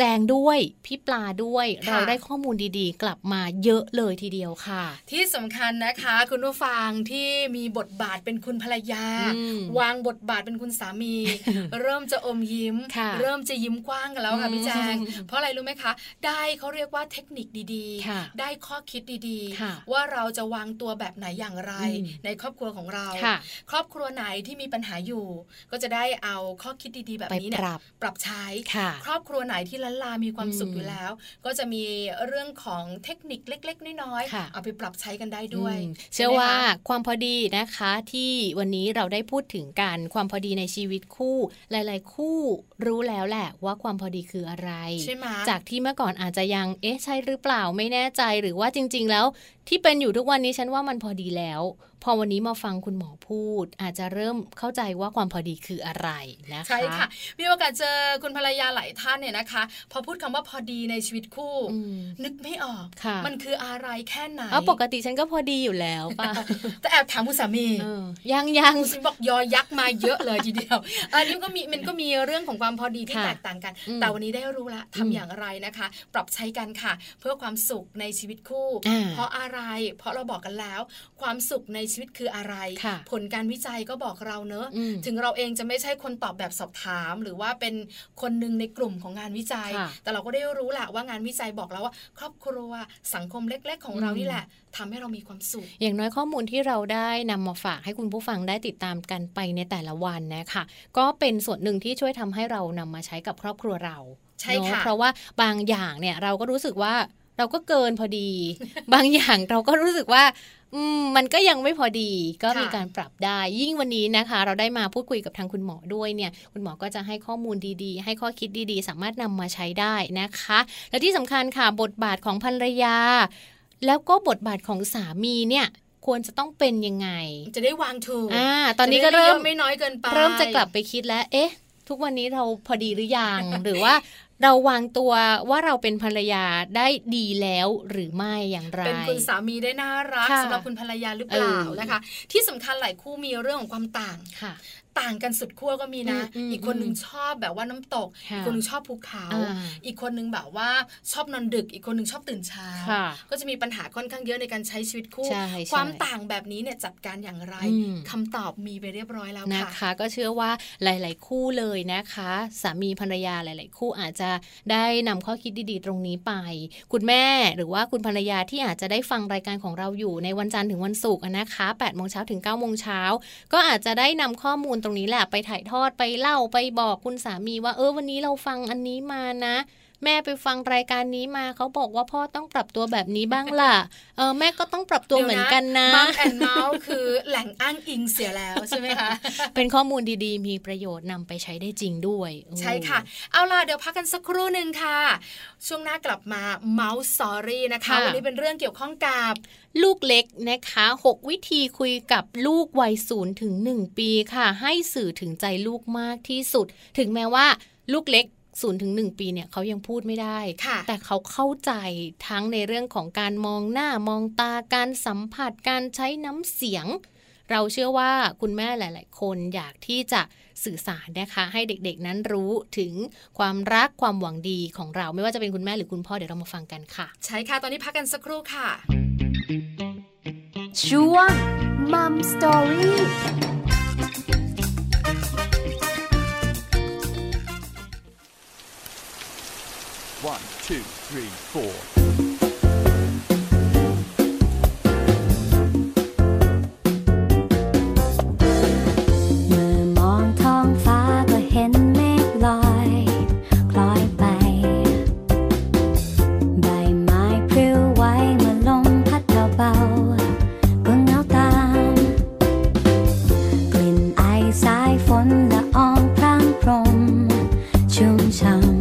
แจงด้วยพี่ปลาด้วยเราได้ข้อมูลดีๆกลับมาเยอะเลยทีเดียวค่ะที่สำคัญนะคะคุณผู้ฟังที่มีบทบาทเป็นคุณภรรยาวางบทบาทเป็นคุณสามี เริ่มจะอมยิ้มเริ่มจะยิ้มกว้างกันแล้วค่ะพี่แจงเพราะอะไรรู้ไหมคะได้เขาเรียกว่าเทคนิคดีๆได้ข้อคิดดีๆว่าเราจะวางตัวแบบไหนอย่างไรในครอบครัวของเราครอบครัวไหนที่มีปัญหาอยู่ก็จะได้เอาข้อคิดดีๆแบบนี้เนี่ยปรับใช้ครอบครัวไหนที่ล้านลามีความสุขอยู่แล้วก็จะมีเรื่องของเทคนิคเล็กๆน้อยๆเอาไปปรับใช้กันได้ด้วยเชื่อว่าความพอดีนะคะที่วันนี้เราได้พูดถึงกันความพอดีในชีวิตคู่หลายๆคู่รู้แล้วแหละว่าความพอดีคืออะไรใช่ไหมจากที่เมื่อก่อนอาจจะยังเอ๊ะใช่หรือเปล่าไม่แน่ใจหรือว่าจริงๆแล้วที่เป็นอยู่ทุกวันนี้ฉันว่ามันพอดีแล้วพอวันนี้มาฟังคุณหมอพูดอาจจะเริ่มเข้าใจว่าความพอดีคืออะไรนะคะใช่ค่ะมีโอกาสเจอคุณภรรยาหลายท่านเนี่ยนะคะพอพูดคำว่าพอดีในชีวิตคู่นึกไม่ออกมันคืออะไรแค่ไหนอ๋อปกติฉันก็พอดีอยู่แล้วป่ะแต่แอบถามคุณสามียังยังคุณสามีบอกยอยักษ์มาเยอะเลยทีเดียวอันนี้ก็มีมันก็มีเรื่องของความพอดีที่แตกต่างกันแต่วันนี้ได้รู้ละทำอย่างไรนะคะปรับใช้กันค่ะเพื่อความสุขในชีวิตคู่เพราะอะไรเพราะเราบอกกันแล้วความสุขในชีวิตคืออะไรผลการวิจัยก็บอกเราเนอะถึงเราเองจะไม่ใช่คนตอบแบบสอบถามหรือว่าเป็นคนหนึ่งในกลุ่มของงานวิจัยแต่เราก็ได้รู้แหละว่างานวิจัยบอกแล้วว่าครอบครัวสังคมเล็กๆของเรานี่แหละทำให้เรามีความสุขอย่างน้อยข้อมูลที่เราได้นำมาฝากให้คุณผู้ฟังได้ติดตามกันไปในแต่ละวันนะคะก็เป็นส่วนหนึ่งที่ช่วยทำให้เรานำมาใช้กับครอบครัวเราใช่ค่ะเพราะว่าบางอย่างเนี่ยเราก็รู้สึกว่าเราก็เกินพอดี บางอย่างเราก็รู้สึกว่าอืมมันก็ยังไม่พอดีก็มีการปรับได้ยิ่งวันนี้นะคะเราได้มาพูดคุยกับทางคุณหมอด้วยเนี่ยคุณหมอก็จะให้ข้อมูลดีๆให้ข้อคิดดีๆสามารถนำมาใช้ได้นะคะและที่สำคัญค่ะบทบาทของภรรยาแล้วก็บทบาทของสามีเนี่ยควรจะต้องเป็นยังไงจะได้วางถูกอ่าตอนนี้ก็เริ่มไม่น้อยเกินไปเริ่มจะกลับไปคิดแล้วเอ๊ะทุกวันนี้เราพอดีหรือยัง หรือว่าเราวางตัวว่าเราเป็นภรรยาได้ดีแล้วหรือไม่อย่างไรเป็นคุณสามีได้น่ารักสำหรับคุณภรรยาหรือเปล่านะคะที่สำคัญหลายคู่มีเรื่องของความต่างต่างกันสุดขั้วก็มีนะ อ, อีกคนนึงชอบแบบว่าน้ำตกอีกคนนึงชอบภูเขาอีกคนนึงแบบว่าชอบนอนดึกอีกคนนึงชอบตื่นเช้าก็จะมีปัญหาค่อนข้างเยอะในการใช้ชีวิตคู่ความต่างแบบนี้เนี่ยจัดการอย่างไรคำตอบมีไปเรียบร้อยแล้วค่ะนะคะก็เชื่อว่าหลายๆคู่เลยนะคะสามีภรรยาหลายๆคู่อาจจะได้นำข้อคิดดีๆตรงนี้ไปคุณแม่หรือว่าคุณภรรยาที่อาจจะได้ฟังรายการของเราอยู่ในวันจันทร์ถึงวันศุกร์นะคะแปดโมงเช้าถึงเก้าโมงเช้าก็อาจจะได้นำข้อมูลตรงนี้แหละไปถ่ายทอดไปเล่าไปบอกคุณสามีว่าเออวันนี้เราฟังอันนี้มานะแม่ไปฟังรายการนี้มาเขาบอกว่าพ่อต้องปรับตัวแบบนี้บ้างล่ะเออแม่ก็ต้องปรับตัวเหมือนกันนะมัมแอนเมาส์คือแหล่งอ้างอิงเสียแล้วใช่ไหมคะเป็นข้อมูลดีๆมีประโยชน์นำไปใช้ได้จริงด้วยใช่ค่ะเอาล่ะเดี๋ยวพักกันสักครู่นึงค่ะช่วงหน้ากลับมาเมาส์สตอรี่นะคะวันนี้เป็นเรื่องเกี่ยวข้องกับลูกเล็กนะคะหกวิธีคุยกับลูกวัยศูนย์ถึงหนึ่งปีค่ะให้สื่อถึงใจลูกมากที่สุดถึงแม้ว่าลูกเล็กศูนย์ถึงหนึ่งปีเนี่ยเขายังพูดไม่ได้แต่เขาเข้าใจทั้งในเรื่องของการมองหน้ามองตาการสัมผัสการใช้น้ำเสียงเราเชื่อว่าคุณแม่หลายๆคนอยากที่จะสื่อสารนะคะให้เด็กๆนั้นรู้ถึงความรักความหวังดีของเราไม่ว่าจะเป็นคุณแม่หรือคุณพ่อเดี๋ยวเรามาฟังกันค่ะใช่ค่ะตอนนี้พักกันสักครู่ค่ะช่วงมัมสตอรี่ One, two, three, four. เมื่อมองท้องฟ้าก็เห็นเมฆลอยคล้อยไปใบไม้พลิ้วไหวเมื่อลมพัดเบาๆก็เงาตามกลิ่นไอสายฝนละอองพรั่งพรมชุ่มช่ำ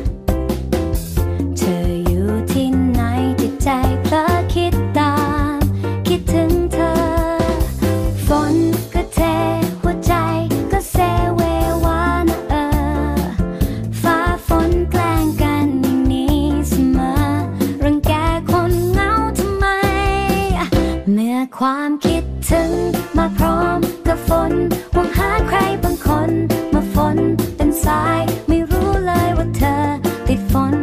ใจเพลอคิดตามคิดถึงเธอฝนก็เทหัวใจก็เซเววานะเออฟ้าฝนแกล้งกันอย่างนี้เสมอรังแกคนเหงาทำไมเมื่อความคิดถึงมาพร้อมกับฝนหวังหาใครบางคนมาฝนเป็นสายไม่รู้เลยว่าเธอติดฝน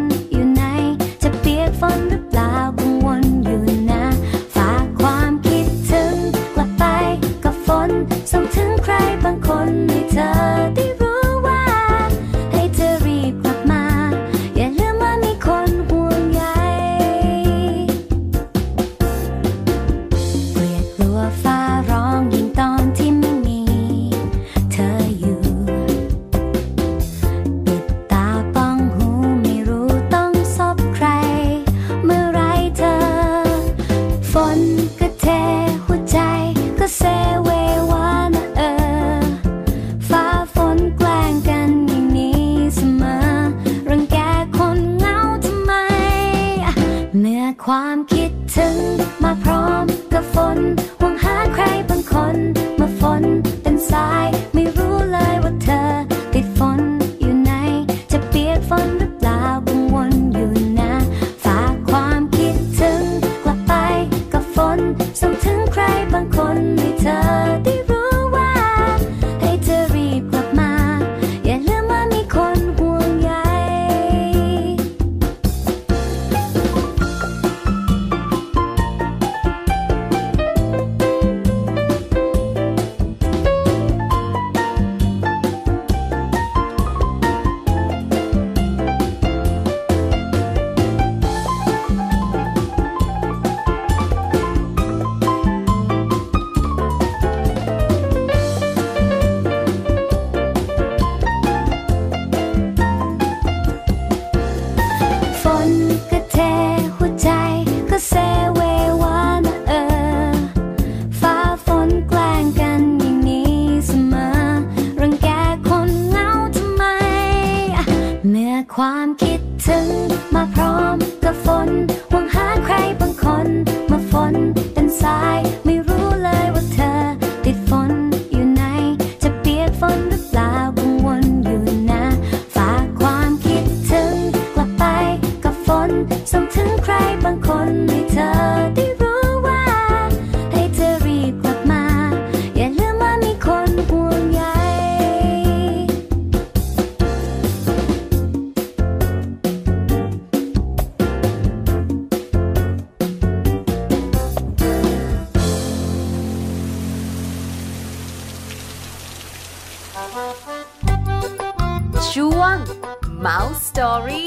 ช่วง Mouse Story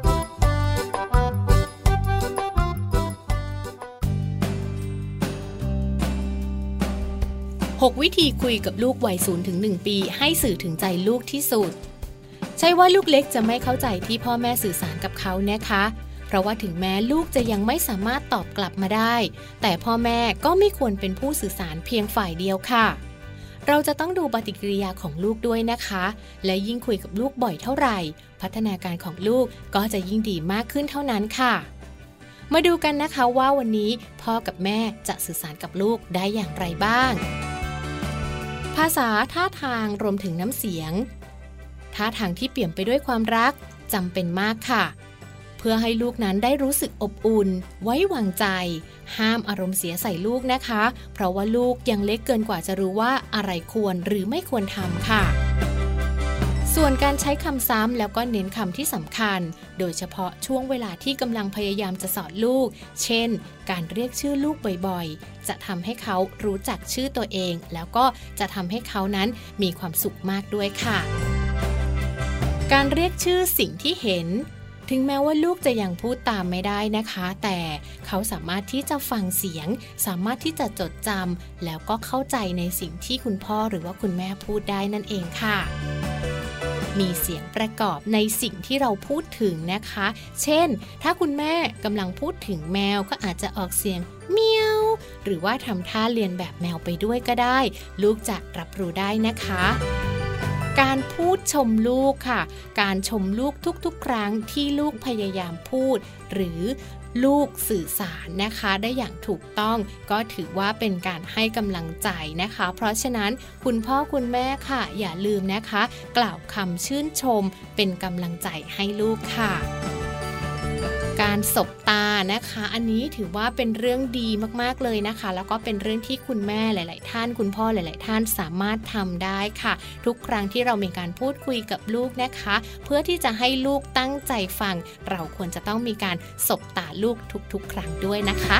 หกวิธีคุยกับลูกวัยศูนย์ถึงหนึ่งปีให้สื่อถึงใจลูกที่สุดใช่ว่าลูกเล็กจะไม่เข้าใจที่พ่อแม่สื่อสารกับเขานะคะเพราะว่าถึงแม้ลูกจะยังไม่สามารถตอบกลับมาได้แต่พ่อแม่ก็ไม่ควรเป็นผู้สื่อสารเพียงฝ่ายเดียวค่ะเราจะต้องดูปฏิกิริยาของลูกด้วยนะคะและยิ่งคุยกับลูกบ่อยเท่าไหร่พัฒนาการของลูกก็จะยิ่งดีมากขึ้นเท่านั้นค่ะมาดูกันนะคะว่าวันนี้พ่อกับแม่จะสื่อสารกับลูกได้อย่างไรบ้างภาษาท่าทางรวมถึงน้ำเสียงท่าทางที่เปี่ยมไปด้วยความรักจำเป็นมากค่ะเพื่อให้ลูกนั้นได้รู้สึกอบอุ่นไว้วางใจห้ามอารมณ์เสียใส่ลูกนะคะเพราะว่าลูกยังเล็กเกินกว่าจะรู้ว่าอะไรควรหรือไม่ควรทำค่ะส่วนการใช้คำซ้ำแล้วก็เน้นคำที่สำคัญโดยเฉพาะช่วงเวลาที่กำลังพยายามจะสอนลูกเช่นการเรียกชื่อลูกบ่อยๆจะทำให้เขารู้จักชื่อตัวเองแล้วก็จะทำให้เขานั้นมีความสุขมากด้วยค่ะการเรียกชื่อสิ่งที่เห็นถึงแม้ว่าลูกจะยังพูดตามไม่ได้นะคะแต่เขาสามารถที่จะฟังเสียงสามารถที่จะจดจำแล้วก็เข้าใจในสิ่งที่คุณพ่อหรือว่าคุณแม่พูดได้นั่นเองค่ะมีเสียงประกอบในสิ่งที่เราพูดถึงนะคะเช่นถ้าคุณแม่กำลังพูดถึงแมวก็อาจจะออกเสียงเมียวหรือว่าทำท่าเลียนแบบแมวไปด้วยก็ได้ลูกจะรับรู้ได้นะคะการพูดชมลูกค่ะการชมลูกทุกๆครั้งที่ลูกพยายามพูดหรือลูกสื่อสารนะคะได้อย่างถูกต้องก็ถือว่าเป็นการให้กำลังใจนะคะเพราะฉะนั้นคุณพ่อคุณแม่ค่ะอย่าลืมนะคะกล่าวคำชื่นชมเป็นกำลังใจให้ลูกค่ะการสบตานะคะอันนี้ถือว่าเป็นเรื่องดีมากๆเลยนะคะแล้วก็เป็นเรื่องที่คุณแม่หลายๆท่านคุณพ่อหลายๆท่านสามารถทำได้ค่ะทุกครั้งที่เรามีการพูดคุยกับลูกนะคะเพื่อที่จะให้ลูกตั้งใจฟังเราควรจะต้องมีการสบตาลูกทุกๆครั้งด้วยนะคะ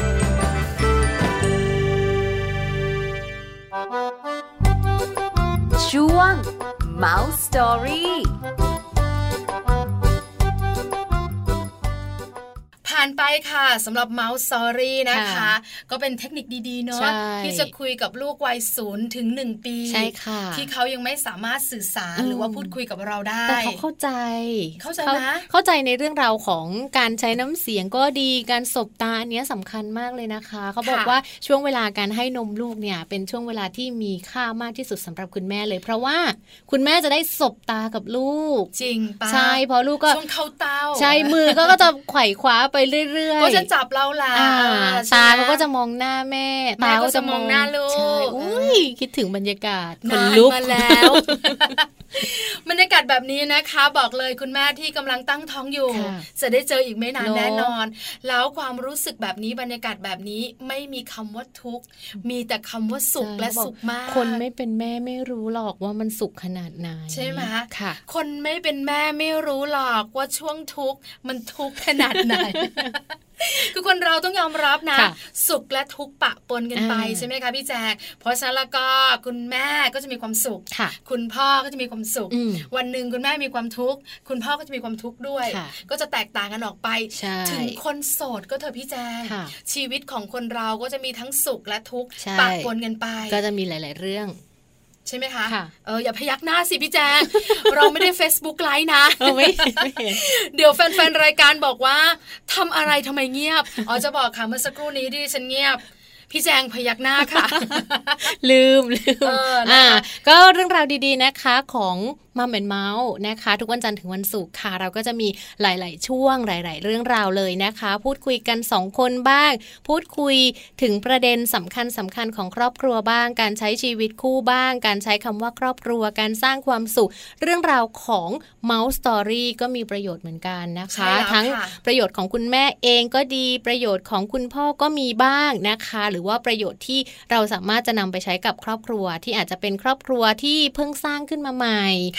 ช่วง Mouse Story ผ่านไปค่ะสำหรับ Mouse Story นะคะก็เป็นเทคนิคดีๆเนาะที่จะคุยกับลูกวัยศูนย์ถึงหนึ่งปีที่เขายังไม่สามารถสื่อสารหรือว่าพูดคุยกับเราได้แต่เขาเข้าใจเข้าใจนะเข้าใจในเรื่องราวของการใช้น้ำเสียงก็ดีการสบตาอันนี้สำคัญมากเลยนะคะเขาบอกว่าช่วงเวลาการให้นมลูกเนี่ยเป็นช่วงเวลาที่มีค่ามากที่สุดสำหรับคุณแม่เลยเพราะว่าคุณแม่จะได้สบตากับลูกจริงปะใช่เพราะลูกก็ช่วงเข้าเต้าใช่มือก็จะไขว่คว้าไปเรื่อยๆก็จะจับเราล่ะตาเขาก็จะมองหน้าแม่ตาก็จะมองหน้าลูกอุ้ยคิดถึงบรรยากาศคนลุกมาแล้วบรรยากาศแบบนี้นะคะบอกเลยคุณแม่ที่กำลังตั้งท้องอยู่จะได้เจออีกไม่นานแน่นอนแล้วความรู้สึกแบบนี้บรรยากาศแบบนี้ไม่มีคำว่าทุกข์มีแต่คำว่าสุขและสุขมากคนไม่เป็นแม่ไม่รู้หรอกว่ามันสุขขนาดไหนใช่ไหมค่ะคนไม่เป็นแม่ไม่รู้หรอกว่าช่วงทุกข์มันทุกข์ขนาดไหนคือคนเราต้องยอมรับนะสุขและทุกข์ปะปนกันไปใช่ไหมคะพี่แจกเพราะฉะนั้นแล้วก็คุณแม่ก็จะมีความสุขคุณพ่อก็จะมีความสุขวันหนึ่งคุณแม่มีความทุกข์คุณพ่อก็จะมีความทุกข์ด้วยก็จะแตกต่างกันออกไปถึงคนโสดก็เถอะพี่แจกชีวิตของคนเราก็จะมีทั้งสุขและทุกข์ปะปนกันไปก็จะมีหลายๆเรื่องใช่ไหมคะเอออย่าพยักหน้าสิพี่แจง เราไม่ได้ Facebook ไลฟ์นะไม่ไม่เห็นเดี๋ยวแฟนๆรายการบอกว่าทำอะไรทำไมเงียบอ๋อจะบอกค่ะเมื่อสักครู่นี้ที่ฉันเงียบพี่แจงพยักหน้าค่ะลืมลืมอ่าก็เรื่องราวดีๆนะคะของมัมแอนด์เมาส์นะคะทุกวันจันทร์ถึงวันศุกร์ค่ะเราก็จะมีหลายๆช่วงหลายๆเรื่องราวเลยนะคะพูดคุยกันสองคนบ้างพูดคุยถึงประเด็นสำคัญสำคัญของครอบครัวบ้างการใช้ชีวิตคู่บ้างการใช้คำว่าครอบครัวการสร้างความสุขเรื่องราวของ Mouse Story ก็มีประโยชน์เหมือนกันนะคะทั้งประโยชน์ของคุณแม่เองก็ดีประโยชน์ของคุณพ่อก็มีบ้างนะคะหรือว่าประโยชน์ที่เราสามารถจะนำไปใช้กับครอบครัวที่อาจจะเป็นครอบครัวที่เพิ่งสร้างขึ้นมาใหม่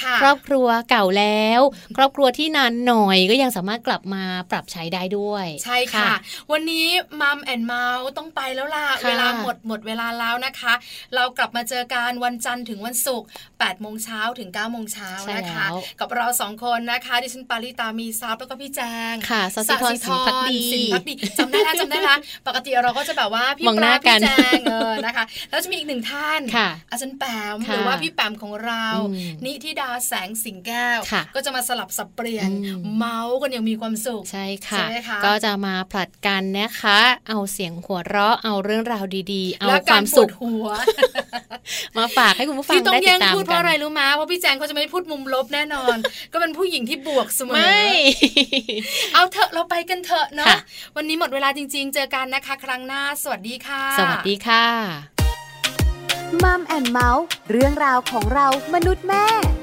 ครอบครัวเก่าแล้วครอบครัวที่นานหน่อยก็ยังสามารถกลับมาปรับใช้ได้ด้วยใช่ค่ะวันนี้มัมแอนด์เมาส์ต้องไปแล้วล่ะเวลาหมดหมดเวลาแล้วนะคะเรากลับมาเจอกันวันจันทร์ถึงวันศุกร์แปดโมงเช้าถึงเก้าโมงเช้านะคะกับเราสองคนนะคะดิฉันปาริตามีซับแล้วก็พี่แจงค่ะสศิธรสินพักดีสินพักดีจำได้แล้วจำได้แล้วปกติเราก็จะแบบว่าพี่ปลาพี่แจงเออนะคะแล้วจะมีอีกหนึ่งท่านอาจารย์แปมหรือว่าพี่แปมของเรานิธิดาแสงสิงแก้วก็จะมาสลับสับเปลี่ยนเมาส์กันอย่างมีความสุขใช่ค่ะก็จะมาผลัดกันนะคะเอาเสียงหัวเราะเอาเรื่องราวดีๆเอาความสุขหัวมาฝากให้คุณผู้ฟังได้ติดตามกันที่ต้องแย่งพูดเพราะอะไรรู้ไหมเพราะพี่แจงเขาจะไม่พูดมุมลบแน่นอนก็เป็นผู้หญิงที่บวกเสมอไม่เอาเถอะเราไปกันเถอะเนาะวันนี้หมดเวลาจริงๆเจอกันนะคะครั้งหน้าสวัสดีค่ะสวัสดีค่ะมัมแอนด์เมาส์เรื่องราวของเรามนุษย์แม่